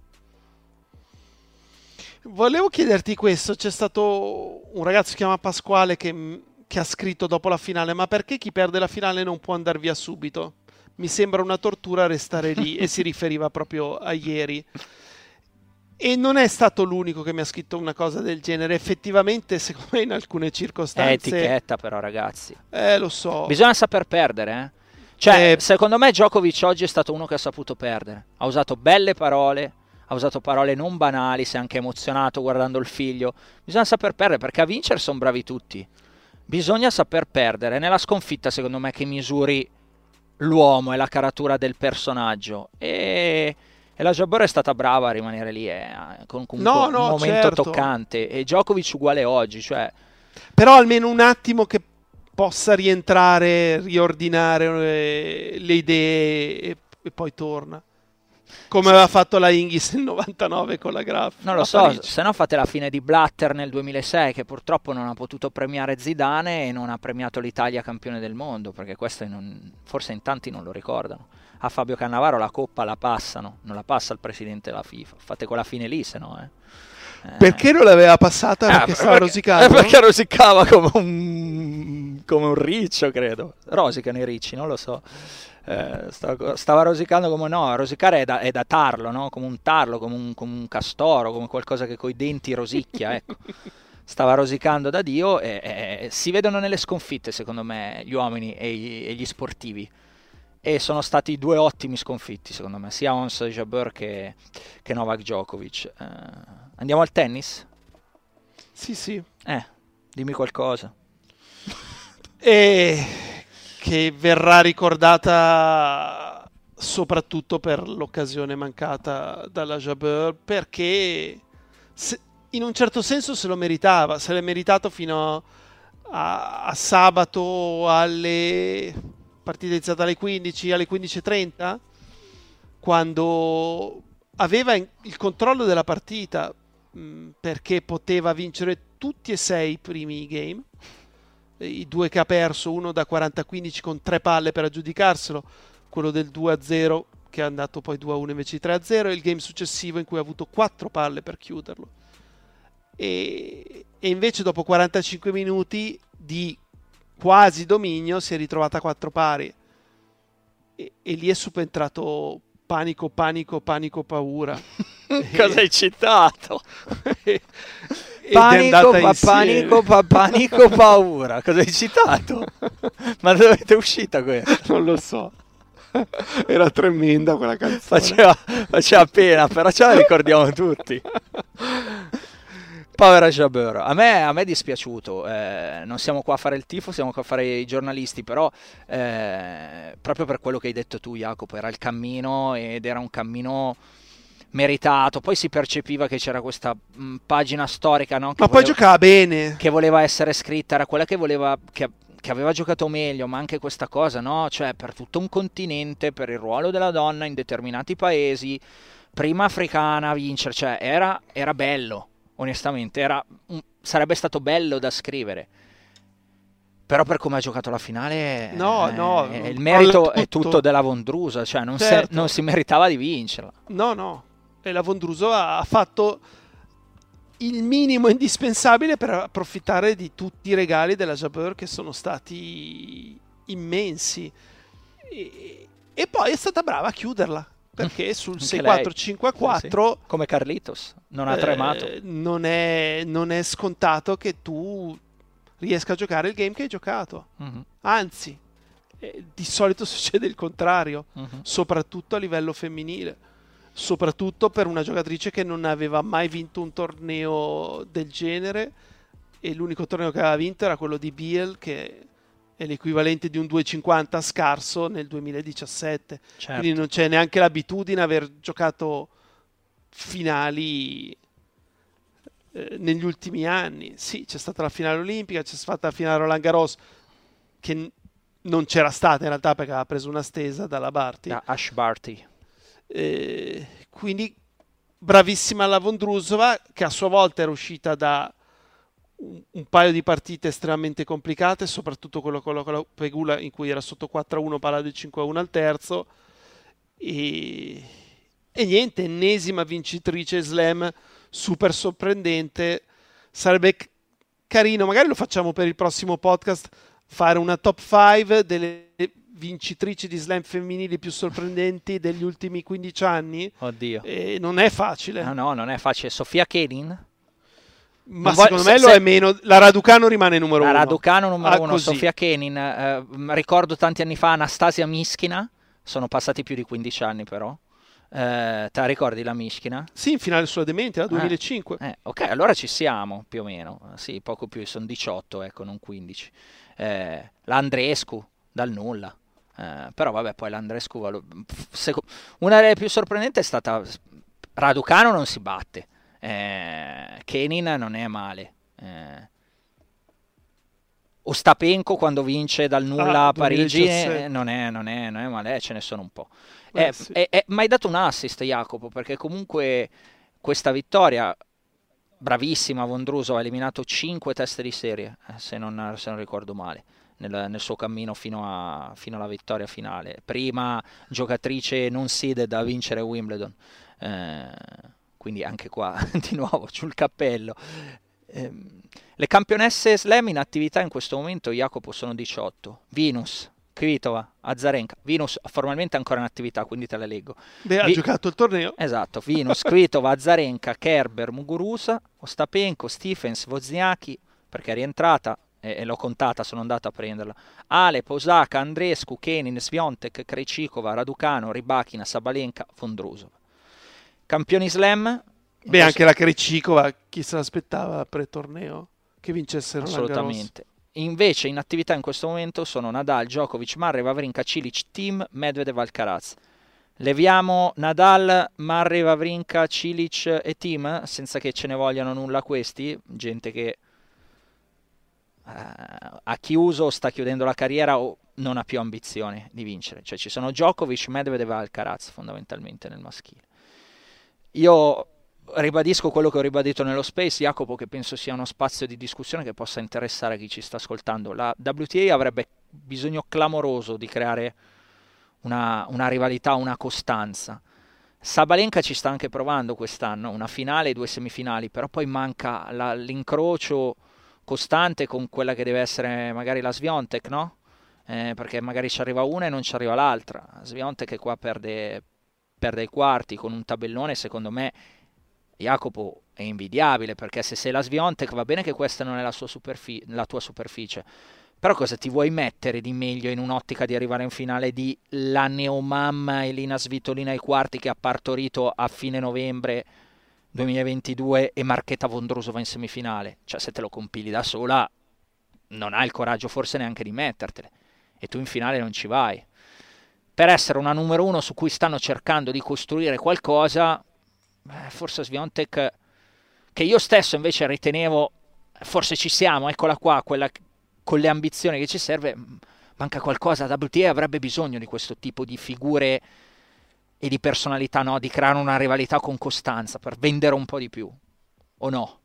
Speaker 6: Volevo chiederti questo, c'è stato un ragazzo che si chiama Pasquale che ha scritto dopo la finale: ma perché chi perde la finale non può andare via subito? Mi sembra una tortura restare lì. E si riferiva proprio a ieri. E non è stato l'unico che mi ha scritto una cosa del genere. Effettivamente, secondo me, in alcune circostanze...
Speaker 4: È etichetta però, ragazzi.
Speaker 6: Lo so.
Speaker 4: Bisogna saper perdere, Cioè, secondo me Djokovic oggi è stato uno che ha saputo perdere. Ha usato belle parole, ha usato parole non banali, si è anche emozionato guardando il figlio. Bisogna saper perdere, perché a vincere sono bravi tutti. Bisogna saper perdere. Nella sconfitta, secondo me, che misuri l'uomo e la caratura del personaggio. E la Jabeur è stata brava a rimanere lì, con un momento
Speaker 6: certo.
Speaker 4: toccante. E Djokovic uguale oggi, cioè...
Speaker 6: Però almeno un attimo che possa rientrare, riordinare le idee e poi torna. Come aveva fatto la Hingis nel 99 con la Graf.
Speaker 4: Non lo so, se no fate la fine di Blatter nel 2006, che purtroppo non ha potuto premiare Zidane e non ha premiato l'Italia campione del mondo, perché questo forse in tanti non lo ricordano. A Fabio Cannavaro la coppa la passano, non la passa il presidente della FIFA. Fate quella fine lì, se no
Speaker 6: Perché non l'aveva passata? Perché stava rosicando?
Speaker 4: Perché rosicava come un riccio, credo. Rosicano i ricci, non lo so. Stava rosicando come... No, rosicare è da tarlo, no? Come un tarlo, come un castoro, come qualcosa che coi denti rosicchia, ecco. Stava rosicando da Dio e si vedono nelle sconfitte, secondo me, gli uomini e gli sportivi. E sono stati 2 ottimi sconfitti, secondo me, sia Ons Jabeur che Novak Djokovic. Andiamo al tennis?
Speaker 6: Sì.
Speaker 4: Dimmi qualcosa.
Speaker 6: Che verrà ricordata soprattutto per l'occasione mancata dalla Jabeur, perché in un certo senso se lo meritava, se l'è meritato fino a sabato alle partita iniziata alle 15, alle 15:30, quando aveva il controllo della partita, perché poteva vincere tutti e 6 i primi game, i 2 che ha perso, uno da 40-15 con 3 palle per aggiudicarselo, quello del 2-0 che è andato poi 2-1 invece di 3-0, e il game successivo in cui ha avuto 4 palle per chiuderlo. E invece dopo 45 minuti di quasi dominio si è ritrovata a 4 pari, e lì è subentrato panico, paura.
Speaker 4: Cosa hai citato?
Speaker 6: Panico,
Speaker 4: paura. Cosa hai citato? Ma da dove è uscita questa?
Speaker 6: Non lo so. Era tremenda quella canzone.
Speaker 4: Faceva pena, però ce la ricordiamo tutti. Povera Jabeur. A me è dispiaciuto. Non siamo qua a fare il tifo, siamo qua a fare i giornalisti, però proprio per quello che hai detto tu, Jacopo, era il cammino, ed era un cammino meritato. Poi si percepiva che c'era questa pagina storica, no?
Speaker 6: Ma poi giocava bene,
Speaker 4: che voleva essere scritta, era quella che voleva, che aveva giocato meglio, ma anche questa cosa, no? Cioè, per tutto un continente, per il ruolo della donna in determinati paesi, prima africana a vincere, cioè era bello, onestamente, sarebbe stato bello da scrivere. Però per come ha giocato la finale, il merito è tutto della Vondrusa, cioè non si meritava di vincerla.
Speaker 6: No, e la Vondrusa ha fatto il minimo indispensabile per approfittare di tutti i regali della Jabeur, che sono stati immensi, e poi è stata brava a chiuderla, perché sul 6-4-5-4
Speaker 4: sì. Come Carlitos non ha tremato.
Speaker 6: Non è scontato che tu riesca a giocare il game che hai giocato. Anzi, di solito succede il contrario, soprattutto a livello femminile, soprattutto per una giocatrice che non aveva mai vinto un torneo del genere, e l'unico torneo che aveva vinto era quello di Biel, che è l'equivalente di un 250 scarso nel 2017.
Speaker 4: Certo.
Speaker 6: Quindi non c'è neanche l'abitudine a aver giocato finali negli ultimi anni. Sì, c'è stata la finale olimpica, c'è stata la finale Roland Garros, che non c'era stata in realtà perché aveva preso una stesa dalla Barty.
Speaker 4: Da Ash Barty.
Speaker 6: Quindi bravissima la Vondrusova, che a sua volta era uscita da un paio di partite estremamente complicate, soprattutto quello con la Pegula, in cui era sotto 4-1, Palladio 5-1 al terzo, e niente, ennesima vincitrice slam, super sorprendente. Sarebbe carino, magari lo facciamo per il prossimo podcast, fare una top 5 delle vincitrici di slam femminili più sorprendenti degli ultimi 15 anni.
Speaker 4: Oddio.
Speaker 6: Non è facile.
Speaker 4: No, non è facile. Sofia Kenin?
Speaker 6: Ma secondo me lo è meno. La Raducanu rimane numero 1.
Speaker 4: La Raducanu numero 1,
Speaker 6: così.
Speaker 4: Sofia Kenin. Ricordo tanti anni fa Anastasia Miskina. Sono passati più di 15 anni però. Te la ricordi la Miskina?
Speaker 6: Sì, in finale sulla Demente, era 2005.
Speaker 4: Ok, allora ci siamo più o meno. Sì, poco più, sono 18, ecco, non 15. La Andreescu dal nulla. Però vabbè, poi l'Andreescu una delle più sorprendenti è stata Raducanu, non si batte. Kenin non è male. Ostapenko quando vince dal nulla a Parigi non è male, ce ne sono un po'.
Speaker 6: Sì.
Speaker 4: Ma hai dato un assist, Jacopo, perché comunque questa vittoria, bravissima Vondruso, ha eliminato 5 teste di serie, se non ricordo male, nel suo cammino fino alla vittoria finale. Prima giocatrice non seeded a vincere Wimbledon, quindi anche qua di nuovo giù il cappello. Le campionesse slam in attività in questo momento, Jacopo, sono 18. Venus, Kvitova, Azarenka. Venus formalmente ancora in attività, quindi te la leggo.
Speaker 6: Ha giocato il torneo.
Speaker 4: Esatto, Venus, Kvitova, Azarenka, Kerber, Muguruza, Ostapenko, Stephens, Wozniacki, perché è rientrata, e l'ho contata, sono andato a prenderla. Alep, Osaka, Andreescu, Kenin, Swiatek, Krejcikova, Raducanu, Rybakina, Sabalenka, Vondrusova. Campioni slam.
Speaker 6: Anche la Krejcikova, chi se l'aspettava pre-torneo che vincessero Roland Garros?
Speaker 4: Assolutamente. Invece in attività in questo momento sono Nadal, Djokovic, Murray, Wawrinka, Cilic, Thiem, Medvedev, Alcaraz. Leviamo Nadal, Murray, Wawrinka, Cilic e Thiem senza che ce ne vogliano nulla questi, gente che ha chiuso, sta chiudendo la carriera o non ha più ambizione di vincere. Cioè ci sono Djokovic, Medvedev e Alcaraz fondamentalmente nel maschile. Io ribadisco quello che ho ribadito nello Space, Jacopo, che penso sia uno spazio di discussione che possa interessare chi ci sta ascoltando. La WTA avrebbe bisogno clamoroso di creare una rivalità, una costanza. Sabalenka ci sta anche provando quest'anno, una finale e 2 semifinali, però poi manca l'incrocio costante con quella che deve essere magari la Swiatek, no? Perché magari ci arriva una e non ci arriva l'altra. Swiatek che qua perde i quarti con un tabellone, secondo me, Jacopo, è invidiabile, perché se sei la Swiatek va bene che questa non è la tua superficie, però cosa ti vuoi mettere di meglio in un'ottica di arrivare in finale di la neomamma Elina Svitolina ai quarti che ha partorito a fine novembre 2022 e Marketa Vondrousova in semifinale? Cioè, se te lo compili da sola non hai il coraggio forse neanche di mettertele, e tu in finale non ci vai. Per essere una numero uno su cui stanno cercando di costruire qualcosa, forse Swiatek, che io stesso invece ritenevo, forse ci siamo, eccola qua, quella con le ambizioni che ci serve, manca qualcosa. WTA avrebbe bisogno di questo tipo di figure e di personalità, no? Di creare una rivalità con costanza per vendere un po' di più, o no?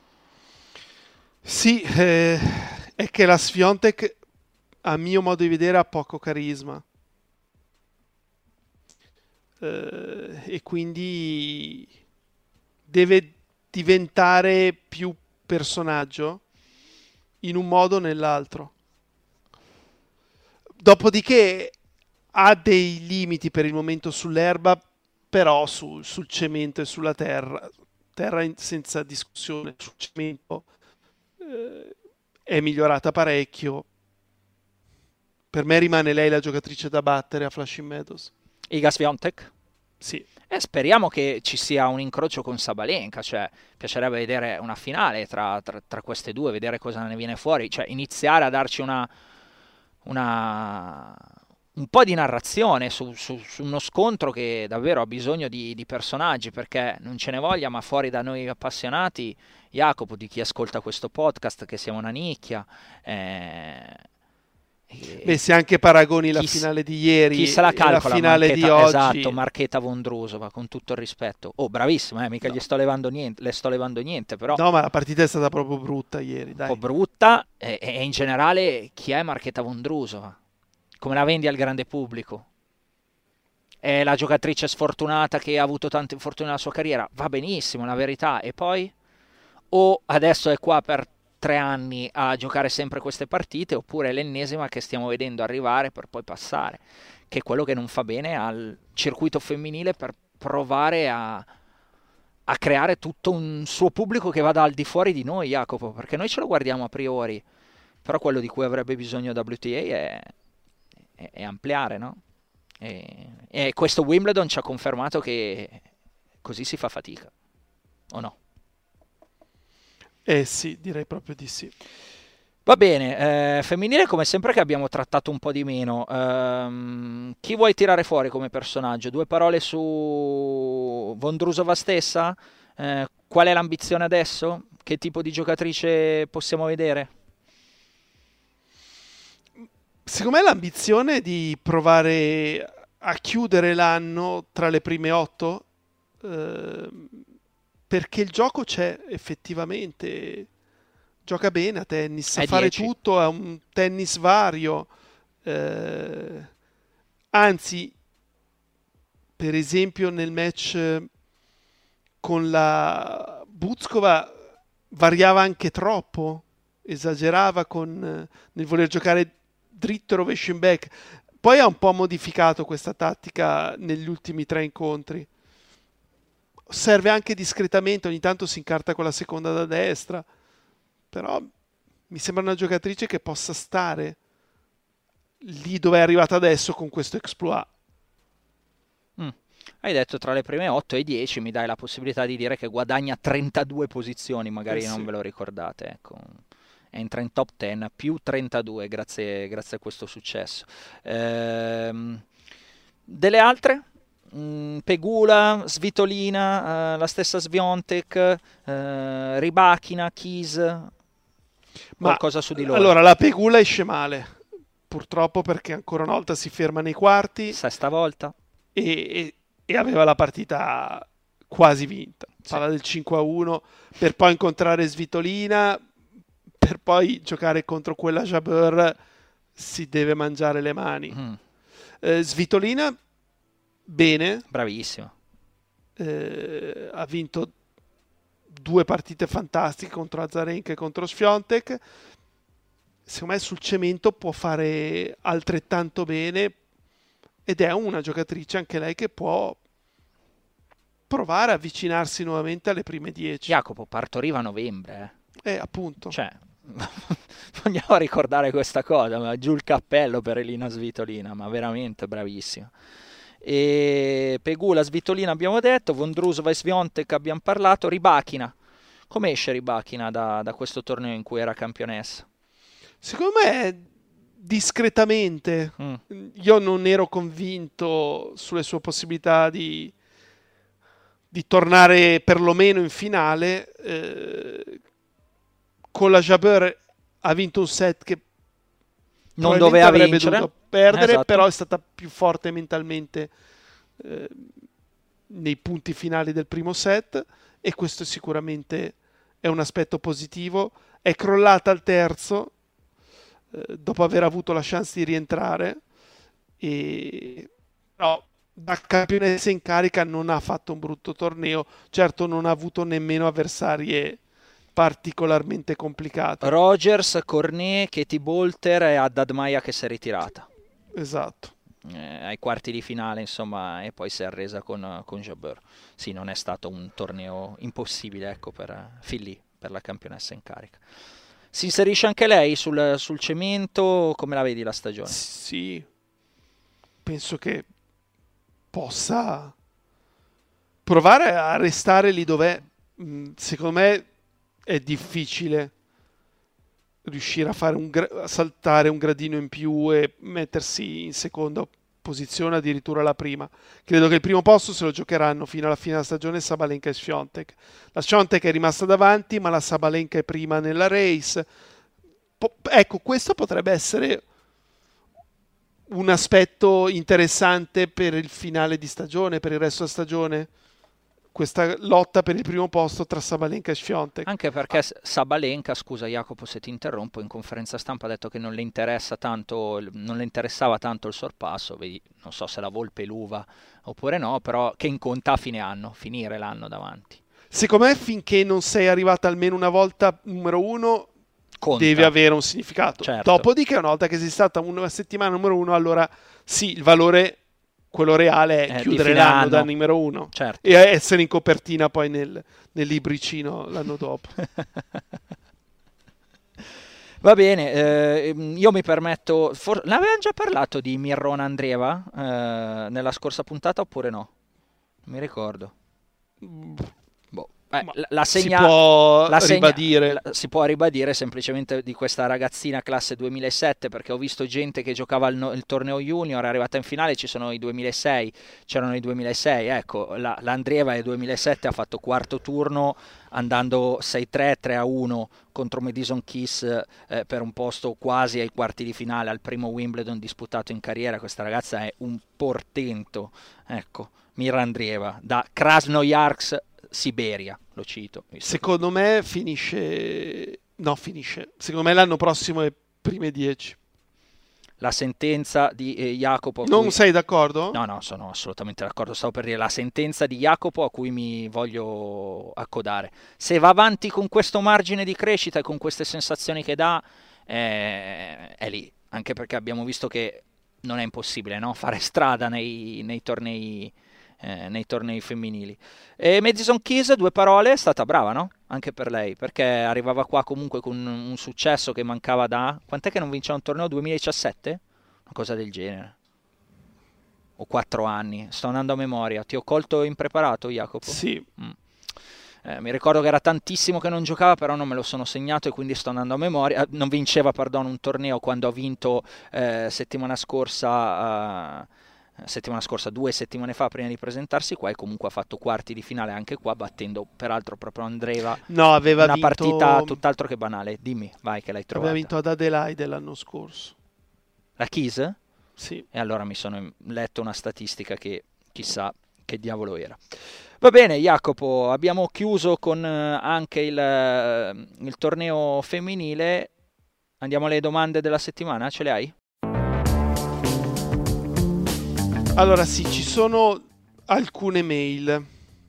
Speaker 6: Sì, è che la Swiatek, a mio modo di vedere, ha poco carisma. E quindi deve diventare più personaggio in un modo o nell'altro. Dopodiché ha dei limiti per il momento sull'erba, però sul cemento e sulla terra senza discussione. Sul cemento è migliorata parecchio. Per me rimane lei la giocatrice da battere a Flushing Meadows.
Speaker 4: Iga Swiatek?
Speaker 6: Sì.
Speaker 4: Speriamo che ci sia un incrocio con Sabalenka, cioè piacerebbe vedere una finale tra queste due, vedere cosa ne viene fuori, cioè iniziare a darci un po' di narrazione su uno scontro che davvero ha bisogno di personaggi, perché non ce ne voglia, ma fuori da noi appassionati, Jacopo, di chi ascolta questo podcast, che siamo una nicchia,
Speaker 6: beh, se anche paragoni la finale di ieri
Speaker 4: chi se la calcola,
Speaker 6: la finale
Speaker 4: Marketa,
Speaker 6: di oggi,
Speaker 4: esatto, Marketa Vondrousova, con tutto il rispetto, bravissima, mica no. Le sto levando niente, però
Speaker 6: no, ma la partita è stata proprio brutta ieri, dai.
Speaker 4: Un po' brutta, e in generale chi è Marketa Vondrousova? Come la vendi al grande pubblico? È la giocatrice sfortunata che ha avuto tanti infortuni nella sua carriera? Va benissimo, la verità, e poi? O adesso è qua per 3 anni a giocare sempre queste partite, oppure è l'ennesima che stiamo vedendo arrivare per poi passare, che è quello che non fa bene al circuito femminile, per provare a creare tutto un suo pubblico che vada al di fuori di noi, Jacopo, perché noi ce lo guardiamo a priori, però quello di cui avrebbe bisogno WTA è ampliare, no? E questo Wimbledon ci ha confermato che così si fa fatica, o no?
Speaker 6: Sì, direi proprio di sì.
Speaker 4: Va bene, femminile come sempre che abbiamo trattato un po' di meno. Chi vuoi tirare fuori come personaggio? 2 parole su Vondrousova stessa? Qual è l'ambizione adesso? Che tipo di giocatrice possiamo vedere?
Speaker 6: Secondo me l'ambizione è di provare a chiudere l'anno tra le prime 8, perché il gioco c'è effettivamente, gioca bene a tennis, sa fare
Speaker 4: 10.
Speaker 6: tutto, ha un tennis vario, anzi, per esempio nel match con la Buzkova variava anche troppo, esagerava nel voler giocare dritto e rovescio in back. Poi ha un po' modificato questa tattica negli ultimi 3 incontri. Serve anche discretamente, ogni tanto si incarta con la seconda da destra, però mi sembra una giocatrice che possa stare lì dove è arrivata adesso con questo exploit.
Speaker 4: Hai detto tra le prime 8 e 10, mi dai la possibilità di dire che guadagna 32 posizioni, magari non
Speaker 6: sì.
Speaker 4: ve lo ricordate, ecco. Entra in top 10 più 32 grazie a questo successo. Delle altre? Pegula, Svitolina, la stessa Swiatek, Rybakina, Keys, qualcosa su di loro?
Speaker 6: Allora, la Pegula esce male, purtroppo, perché ancora una volta si ferma nei quarti.
Speaker 4: Sesta volta.
Speaker 6: E aveva la partita quasi vinta. Parla del 5-1, per poi incontrare Svitolina, per poi giocare contro quella Jabeur, si deve mangiare le mani. Svitolina, bene.
Speaker 4: Bravissimo.
Speaker 6: Ha vinto 2 partite fantastiche contro Azarenka e contro Swiatek. Secondo me sul cemento può fare altrettanto bene, ed è una giocatrice anche lei che può provare a avvicinarsi nuovamente alle prime 10.
Speaker 4: Jacopo partoriva a novembre.
Speaker 6: Appunto.
Speaker 4: Cioè, vogliamo ricordare questa cosa, ma giù il cappello per Elina Svitolina, ma veramente bravissima. E Pegula, Svitolina abbiamo detto, Vondrusova e Swiatek abbiamo parlato. Rybakina, come esce Rybakina da questo torneo in cui era campionessa?
Speaker 6: Secondo me discretamente. Io non ero convinto sulle sue possibilità di tornare perlomeno in finale. Con la Jabeur ha vinto un set che
Speaker 4: non doveva
Speaker 6: avrebbe
Speaker 4: vincere,
Speaker 6: dovuto perdere,
Speaker 4: esatto.
Speaker 6: però è stata più forte mentalmente nei punti finali del primo set, e questo sicuramente è un aspetto positivo. È crollata al terzo dopo aver avuto la chance di rientrare, però da campionessa in carica non ha fatto un brutto torneo. Certo, non ha avuto nemmeno avversarie particolarmente complicate.
Speaker 4: Rogers, Cornet, Katie Bolter e Haddad Maia che si è ritirata.
Speaker 6: Esatto.
Speaker 4: Ai quarti di finale, insomma, e poi si è arresa con Jabeur. Sì, non è stato un torneo impossibile, ecco, per Philly, per la campionessa in carica. Si inserisce anche lei sul cemento? Come la vedi la stagione?
Speaker 6: Sì, penso che possa provare a restare lì dov'è. Secondo me è difficile riuscire a fare a saltare un gradino in più e mettersi in seconda posizione, addirittura la prima. Credo che il primo posto se lo giocheranno fino alla fine della stagione Sabalenka e Swiatek. La Swiatek è rimasta davanti, ma la Sabalenka è prima nella race. Ecco, questo potrebbe essere un aspetto interessante per il finale di stagione, per il resto della stagione. Questa lotta per il primo posto tra Sabalenka e Swiatek.
Speaker 4: Anche perché Sabalenka, scusa Jacopo se ti interrompo, in conferenza stampa ha detto che non le interessava tanto il sorpasso. Vedi, non so se la volpe l'uva oppure no, però che conta a fine anno, finire l'anno davanti.
Speaker 6: Secondo me finché non sei arrivata almeno una volta numero 1 conta. Deve avere un significato.
Speaker 4: Certo.
Speaker 6: Dopodiché una volta che sei stata una settimana numero 1, allora sì, il valore, quello reale, è chiudere l'anno da numero 1,
Speaker 4: certo.
Speaker 6: E essere in copertina poi nel libricino l'anno dopo.
Speaker 4: Va bene, io mi permetto, ne avevamo già parlato di Mirona Andreeva nella scorsa puntata oppure no? Non mi ricordo.
Speaker 6: Si può
Speaker 4: ribadire semplicemente di questa ragazzina classe 2007, perché ho visto gente che giocava il torneo junior, è arrivata in finale, c'erano i 2006, ecco, l'Andreeva nel 2007 ha fatto quarto turno andando 6-3, 3-1 contro Madison Keys per un posto quasi ai quarti di finale al primo Wimbledon disputato in carriera. Questa ragazza è un portento, ecco, Mira Andreeva, da Krasnoyarsk, Siberia, lo cito.
Speaker 6: Secondo me secondo me l'anno prossimo è prime 10.
Speaker 4: La sentenza di Jacopo...
Speaker 6: Non sei d'accordo?
Speaker 4: No, sono assolutamente d'accordo. Stavo per dire la sentenza di Jacopo a cui mi voglio accodare. Se va avanti con questo margine di crescita e con queste sensazioni che dà, è lì. Anche perché abbiamo visto che non è impossibile, no? Fare strada nei tornei femminili. E Madison Keys, 2 parole, è stata brava, no? Anche per lei, perché arrivava qua comunque con un successo che mancava da... Quant'è che non vinceva un torneo? 2017? Una cosa del genere. O 4 anni, sto andando a memoria. Ti ho colto impreparato, Jacopo?
Speaker 6: Sì.
Speaker 4: Mi ricordo che era tantissimo che non giocava, però non me lo sono segnato e quindi sto andando a memoria. Non vinceva, un torneo quando ha vinto settimana scorsa, 2 settimane fa prima di presentarsi qua, e comunque ha fatto quarti di finale anche qua, battendo peraltro proprio Andreeva.
Speaker 6: No, aveva
Speaker 4: una
Speaker 6: vinto...
Speaker 4: partita tutt'altro che banale. Dimmi, vai che l'hai trovata.
Speaker 6: Aveva vinto ad Adelaide l'anno scorso.
Speaker 4: La Keys?
Speaker 6: Sì.
Speaker 4: E allora mi sono letto una statistica che chissà che diavolo era. Va bene, Jacopo, abbiamo chiuso con anche il torneo femminile. Andiamo alle domande della settimana, ce le hai?
Speaker 6: Allora sì, ci sono alcune mail.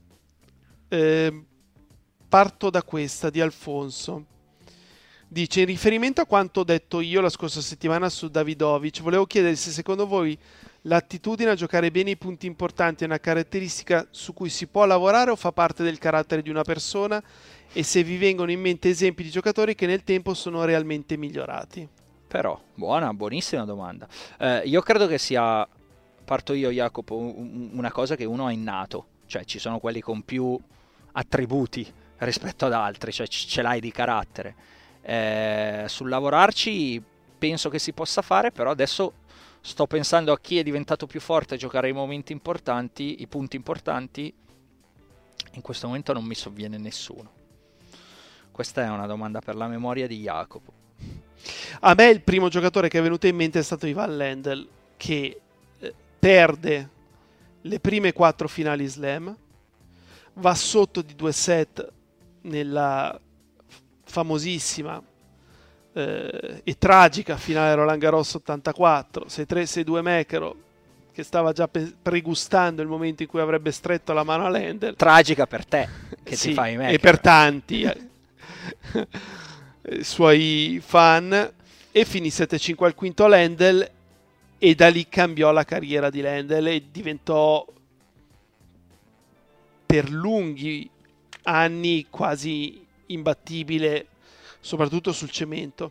Speaker 6: Parto da questa di Alfonso. Dice: in riferimento a quanto ho detto io la scorsa settimana su Davidovic, volevo chiedere se secondo voi l'attitudine a giocare bene i punti importanti è una caratteristica su cui si può lavorare o fa parte del carattere di una persona, e se vi vengono in mente esempi di giocatori che nel tempo sono realmente migliorati.
Speaker 4: Però, buonissima domanda. Io credo che sia, parto io Jacopo, una cosa che uno ha innato, cioè ci sono quelli con più attributi rispetto ad altri, cioè ce l'hai di carattere. Sul lavorarci penso che si possa fare, però adesso sto pensando a chi è diventato più forte a giocare i momenti importanti, i punti importanti. In questo momento non mi sovviene nessuno. Questa è una domanda per la memoria di Jacopo.
Speaker 6: A me il primo giocatore che è venuto in mente è stato Ivan Lendl, che perde le prime 4 finali slam, va sotto di 2 set nella famosissima e tragica finale Roland Garros 84, 6-3, 6-2 Mekero, che stava già pregustando il momento in cui avrebbe stretto la mano a Lendl.
Speaker 4: Tragica per te, che
Speaker 6: sì,
Speaker 4: ti fai Mekero.
Speaker 6: E per tanti suoi fan, e finì 7-5 al quinto Lendl, e da lì cambiò la carriera di Lendl e diventò per lunghi anni quasi imbattibile, soprattutto sul cemento.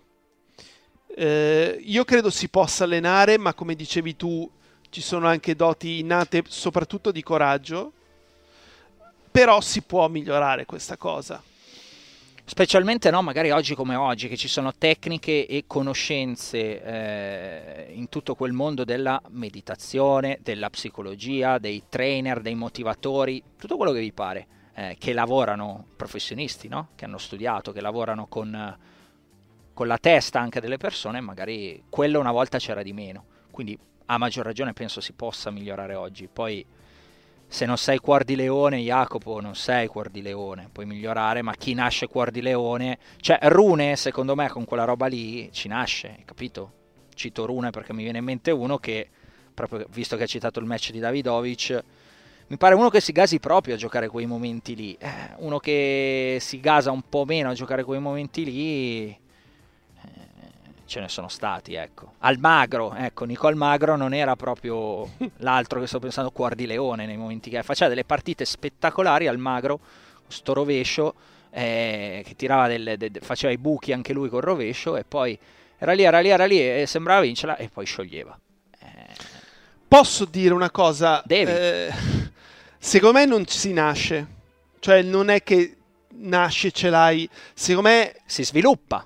Speaker 6: Io credo si possa allenare, ma come dicevi tu ci sono anche doti innate, soprattutto di coraggio, però si può migliorare questa cosa.
Speaker 4: Specialmente magari oggi come oggi, che ci sono tecniche e conoscenze in tutto quel mondo della meditazione, della psicologia, dei trainer, dei motivatori, tutto quello che vi pare, che lavorano, professionisti, no? Che hanno studiato, che lavorano con la testa anche delle persone. Magari quello una volta c'era di meno, quindi a maggior ragione penso si possa migliorare oggi. Poi se non sei cuor di leone, Jacopo, non sei cuor di leone, puoi migliorare, ma chi nasce cuor di leone, cioè Rune secondo me con quella roba lì ci nasce, capito? Cito Rune perché mi viene in mente uno che, proprio visto che ha citato il match di Davidovic, mi pare uno che si gasi proprio a giocare quei momenti lì. Uno che si gasa un po' meno a giocare quei momenti lì, ce ne sono stati, ecco. Almagro, ecco, Nico Almagro non era proprio l'altro che sto pensando, cuor di leone nei momenti che faceva delle partite spettacolari. Almagro, sto rovescio, che tirava faceva i buchi anche lui col rovescio, e poi era lì e sembrava vincerla e poi scioglieva.
Speaker 6: Posso dire una cosa?
Speaker 4: Devi.
Speaker 6: Secondo me non si nasce, cioè non è che nasce, ce l'hai, secondo me
Speaker 4: si sviluppa.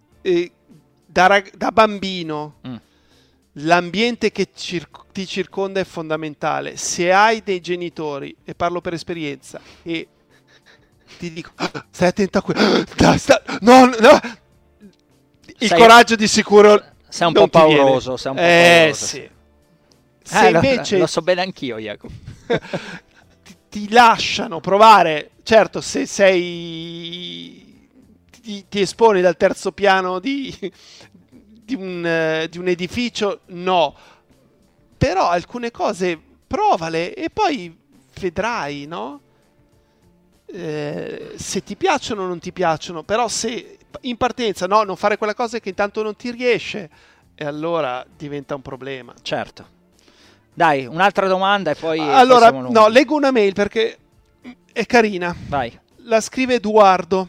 Speaker 6: Da bambino l'ambiente che ti circonda è fondamentale. Se hai dei genitori, e parlo per esperienza, e ti dico stai attento a quello, no, il coraggio di sicuro
Speaker 4: sei un po' pauroso, sei un po' pauroso.
Speaker 6: Sì. Se invece
Speaker 4: lo so bene anch'io, Jacopo.
Speaker 6: ti lasciano provare, certo, se sei ti esponi dal terzo piano di un edificio, no, però alcune cose provale e poi vedrai, no? Se ti piacciono o non ti piacciono, però se in partenza no, non fare quella cosa che intanto non ti riesce, e allora diventa un problema.
Speaker 4: Certo. Dai, un'altra domanda e poi
Speaker 6: allora no, leggo una mail perché è carina.
Speaker 4: Vai.
Speaker 6: La scrive Eduardo.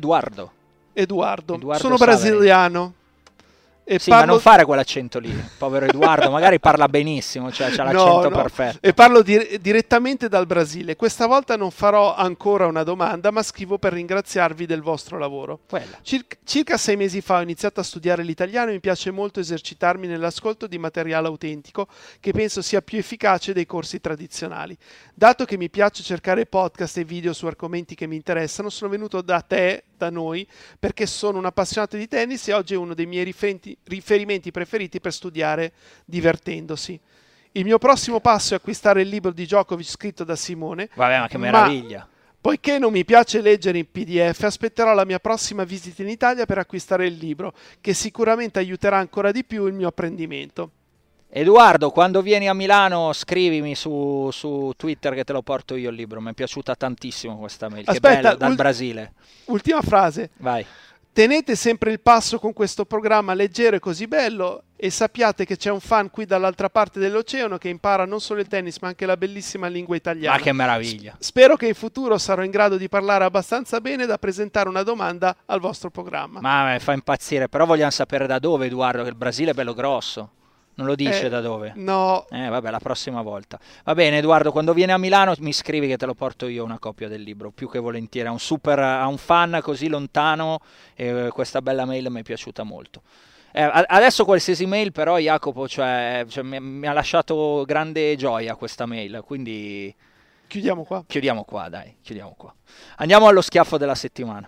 Speaker 6: Sono brasiliano. E
Speaker 4: sì, ma non fare quell'accento lì, povero Edoardo, magari parla benissimo, cioè c'ha l'accento perfetto.
Speaker 6: E parlo direttamente dal Brasile. Questa volta non farò ancora una domanda, ma scrivo per ringraziarvi del vostro lavoro. Circa 6 mesi fa ho iniziato a studiare l'italiano e mi piace molto esercitarmi nell'ascolto di materiale autentico, che penso sia più efficace dei corsi tradizionali. Dato che mi piace cercare podcast e video su argomenti che mi interessano, sono venuto da te, da noi perché sono un appassionato di tennis e oggi è uno dei miei riferimenti preferiti per studiare divertendosi. Il mio prossimo passo è acquistare il libro di Djokovic scritto da Simone.
Speaker 4: Vabbè, ma che meraviglia!
Speaker 6: Poiché non mi piace leggere in PDF, aspetterò la mia prossima visita in Italia per acquistare il libro, che sicuramente aiuterà ancora di più il mio apprendimento.
Speaker 4: Edoardo, quando vieni a Milano scrivimi su Twitter che te lo porto io il libro. Mi è piaciuta tantissimo questa mail.
Speaker 6: Aspetta,
Speaker 4: che bello, dal Brasile.
Speaker 6: Ultima frase.
Speaker 4: Vai.
Speaker 6: Tenete sempre il passo con questo programma leggero e così bello e sappiate che c'è un fan qui dall'altra parte dell'oceano che impara non solo il tennis ma anche la bellissima lingua italiana.
Speaker 4: Ma che meraviglia.
Speaker 6: Spero che in futuro sarò in grado di parlare abbastanza bene da presentare una domanda al vostro programma.
Speaker 4: Ma mi fa impazzire, però vogliamo sapere da dove, Edoardo, che il Brasile è bello grosso. Non lo dice da dove?
Speaker 6: No.
Speaker 4: Vabbè, la prossima volta. Va bene, Edoardo, quando vieni a Milano mi scrivi che te lo porto io una copia del libro, più che volentieri. A un fan così lontano e questa bella mail mi è piaciuta molto. Adesso qualsiasi mail però, Jacopo, mi ha lasciato grande gioia questa mail, quindi...
Speaker 6: Chiudiamo qua.
Speaker 4: Chiudiamo qua, dai, chiudiamo qua. Andiamo allo schiaffo della settimana.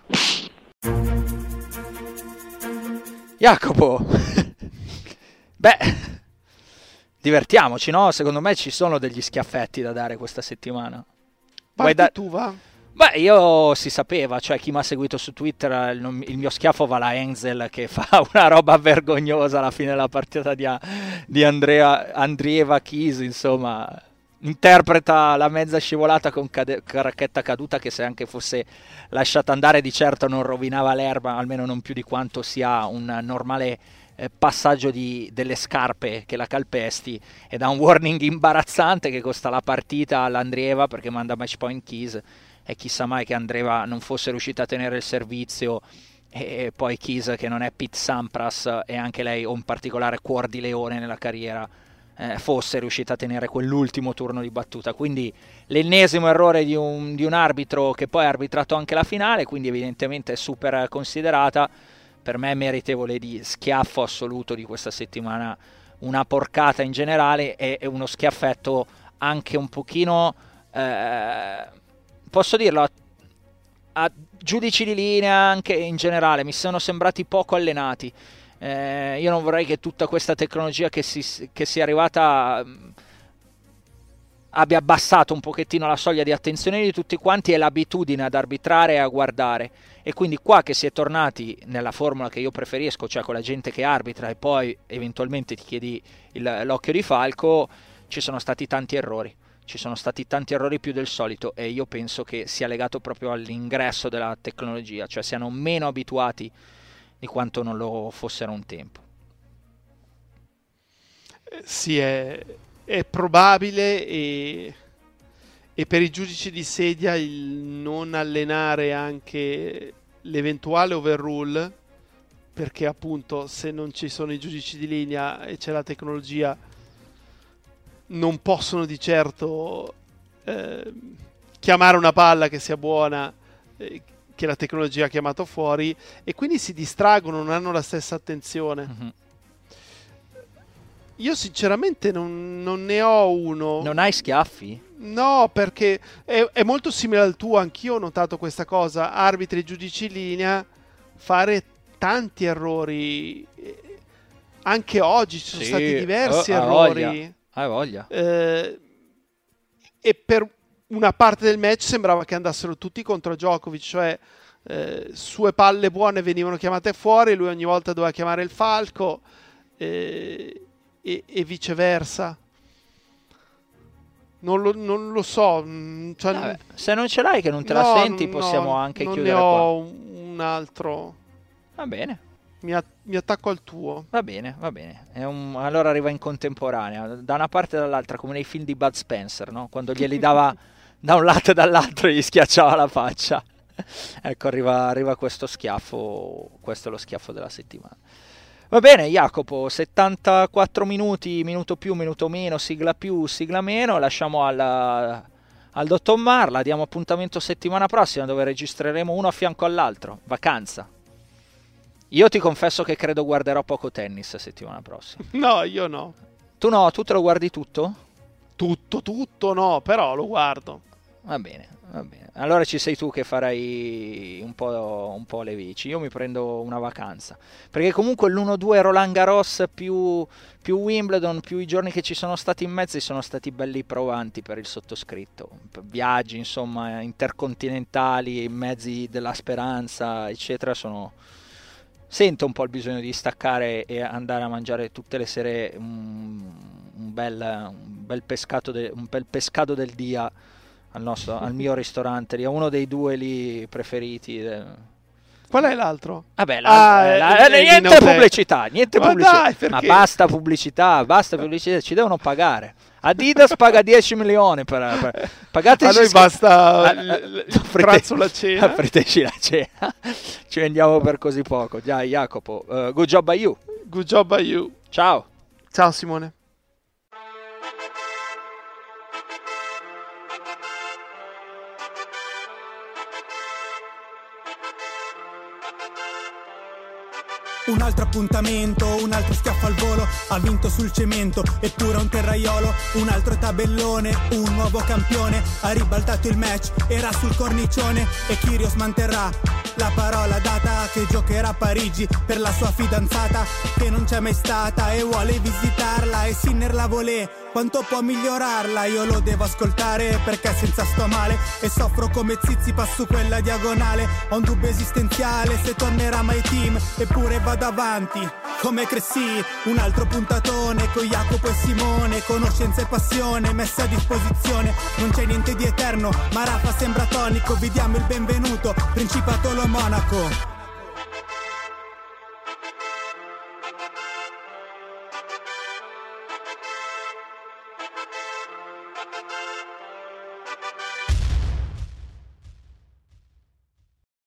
Speaker 4: Jacopo... Beh, divertiamoci, no? Secondo me ci sono degli schiaffetti da dare questa settimana.
Speaker 6: Tu va?
Speaker 4: Beh, io si sapeva, cioè chi mi ha seguito su Twitter, il mio schiaffo va alla Enzel che fa una roba vergognosa alla fine della partita di Andrieva Keys, insomma, interpreta la mezza scivolata con racchetta caduta che se anche fosse lasciata andare di certo non rovinava l'erba, almeno non più di quanto sia un normale passaggio delle scarpe che la calpesti, ed ha un warning imbarazzante che costa la partita all'Andrieva perché manda match point Keys e chissà mai che Andrieva non fosse riuscita a tenere il servizio e poi Keys, che non è Pete Sampras e anche lei un particolare cuor di leone nella carriera, fosse riuscita a tenere quell'ultimo turno di battuta. Quindi l'ennesimo errore di un arbitro che poi ha arbitrato anche la finale, quindi evidentemente è super considerata. Per me è meritevole di schiaffo assoluto di questa settimana, una porcata in generale e uno schiaffetto anche un pochino, posso dirlo, a giudici di linea anche in generale, mi sono sembrati poco allenati. Io non vorrei che tutta questa tecnologia che sia arrivata abbia abbassato un pochettino la soglia di attenzione di tutti quanti e l'abitudine ad arbitrare e a guardare, e quindi qua che si è tornati nella formula che io preferisco, cioè con la gente che arbitra e poi eventualmente ti chiedi l'occhio di falco, ci sono stati tanti errori più del solito, e io penso che sia legato proprio all'ingresso della tecnologia, cioè siano meno abituati di quanto non lo fossero un tempo.
Speaker 6: Sì, è probabile, e per i giudici di sedia il non allenare anche l'eventuale overrule, perché appunto se non ci sono i giudici di linea e c'è la tecnologia non possono di certo chiamare una palla che sia buona, che la tecnologia ha chiamato fuori, e quindi si distraggono, non hanno la stessa attenzione. Mm-hmm. Io sinceramente non ne ho uno.
Speaker 4: Non hai schiaffi?
Speaker 6: No, perché è molto simile al tuo, anch'io ho notato questa cosa, arbitri e giudici in linea fare tanti errori, anche oggi ci sono stati diversi errori.
Speaker 4: Hai voglia.
Speaker 6: E per una parte del match sembrava che andassero tutti contro Djokovic, cioè sue palle buone venivano chiamate fuori, lui ogni volta doveva chiamare il falco, e viceversa. Non lo so. Cioè,
Speaker 4: vabbè, se non ce l'hai, che non te la senti, possiamo anche chiudere qua.
Speaker 6: Non ne ho un altro.
Speaker 4: Va bene.
Speaker 6: Mi attacco al tuo.
Speaker 4: Va bene. Allora arriva in contemporanea, da una parte e dall'altra, come nei film di Bud Spencer, no? Quando glieli dava da un lato e dall'altro e gli schiacciava la faccia. Ecco, arriva questo schiaffo. Questo è lo schiaffo della settimana. Va bene, Jacopo, 74 minuti, minuto più, minuto meno, sigla più, sigla meno. Lasciamo al dottor Marla, diamo appuntamento settimana prossima, dove registreremo uno a fianco all'altro. Vacanza. Io ti confesso che credo guarderò poco tennis settimana prossima.
Speaker 6: No, io no.
Speaker 4: Tu no? Tu te lo guardi tutto?
Speaker 6: Tutto no, però lo guardo.
Speaker 4: Va bene. Allora ci sei tu che farai un po' le bici. Io mi prendo una vacanza. Perché comunque l'1-2 Roland Garros più Wimbledon, più i giorni che ci sono stati in mezzo, sono stati belli provanti per il sottoscritto. Viaggi, insomma, intercontinentali, mezzi della speranza, eccetera, sento un po' il bisogno di staccare e andare a mangiare tutte le sere un bel pescato del dia al mio ristorante, a uno dei due lì preferiti.
Speaker 6: Qual è l'altro?
Speaker 4: Vabbè, niente pubblicità,
Speaker 6: Dai,
Speaker 4: ma basta pubblicità, ci devono pagare. Adidas paga 10 milioni pagateci.
Speaker 6: A noi basta il pranzo, la cena.
Speaker 4: Offriteci la cena. Ci vendiamo per così poco. Dai, Jacopo, good job by you.
Speaker 6: Good job by you.
Speaker 4: Ciao
Speaker 6: Simone.
Speaker 5: Un altro appuntamento, un altro schiaffo al volo, ha vinto sul cemento, eppure un terraiolo, un altro tabellone, un nuovo campione, ha ribaltato il match, era sul cornicione e Kyrgios manterrà la parola data che giocherà a Parigi per la sua fidanzata che non c'è mai stata e vuole visitarla e Sinner la volè. Quanto può migliorarla? Io lo devo ascoltare perché senza sto male e soffro come Tsitsipas su quella diagonale. Ho un dubbio esistenziale se tornerà mai team, eppure vado avanti come Cressy. Un altro puntatone con Jacopo e Simone, conoscenza e passione messe a disposizione. Non c'è niente di eterno, ma Rafa sembra tonico. Vi diamo il benvenuto, Principato lo Monaco.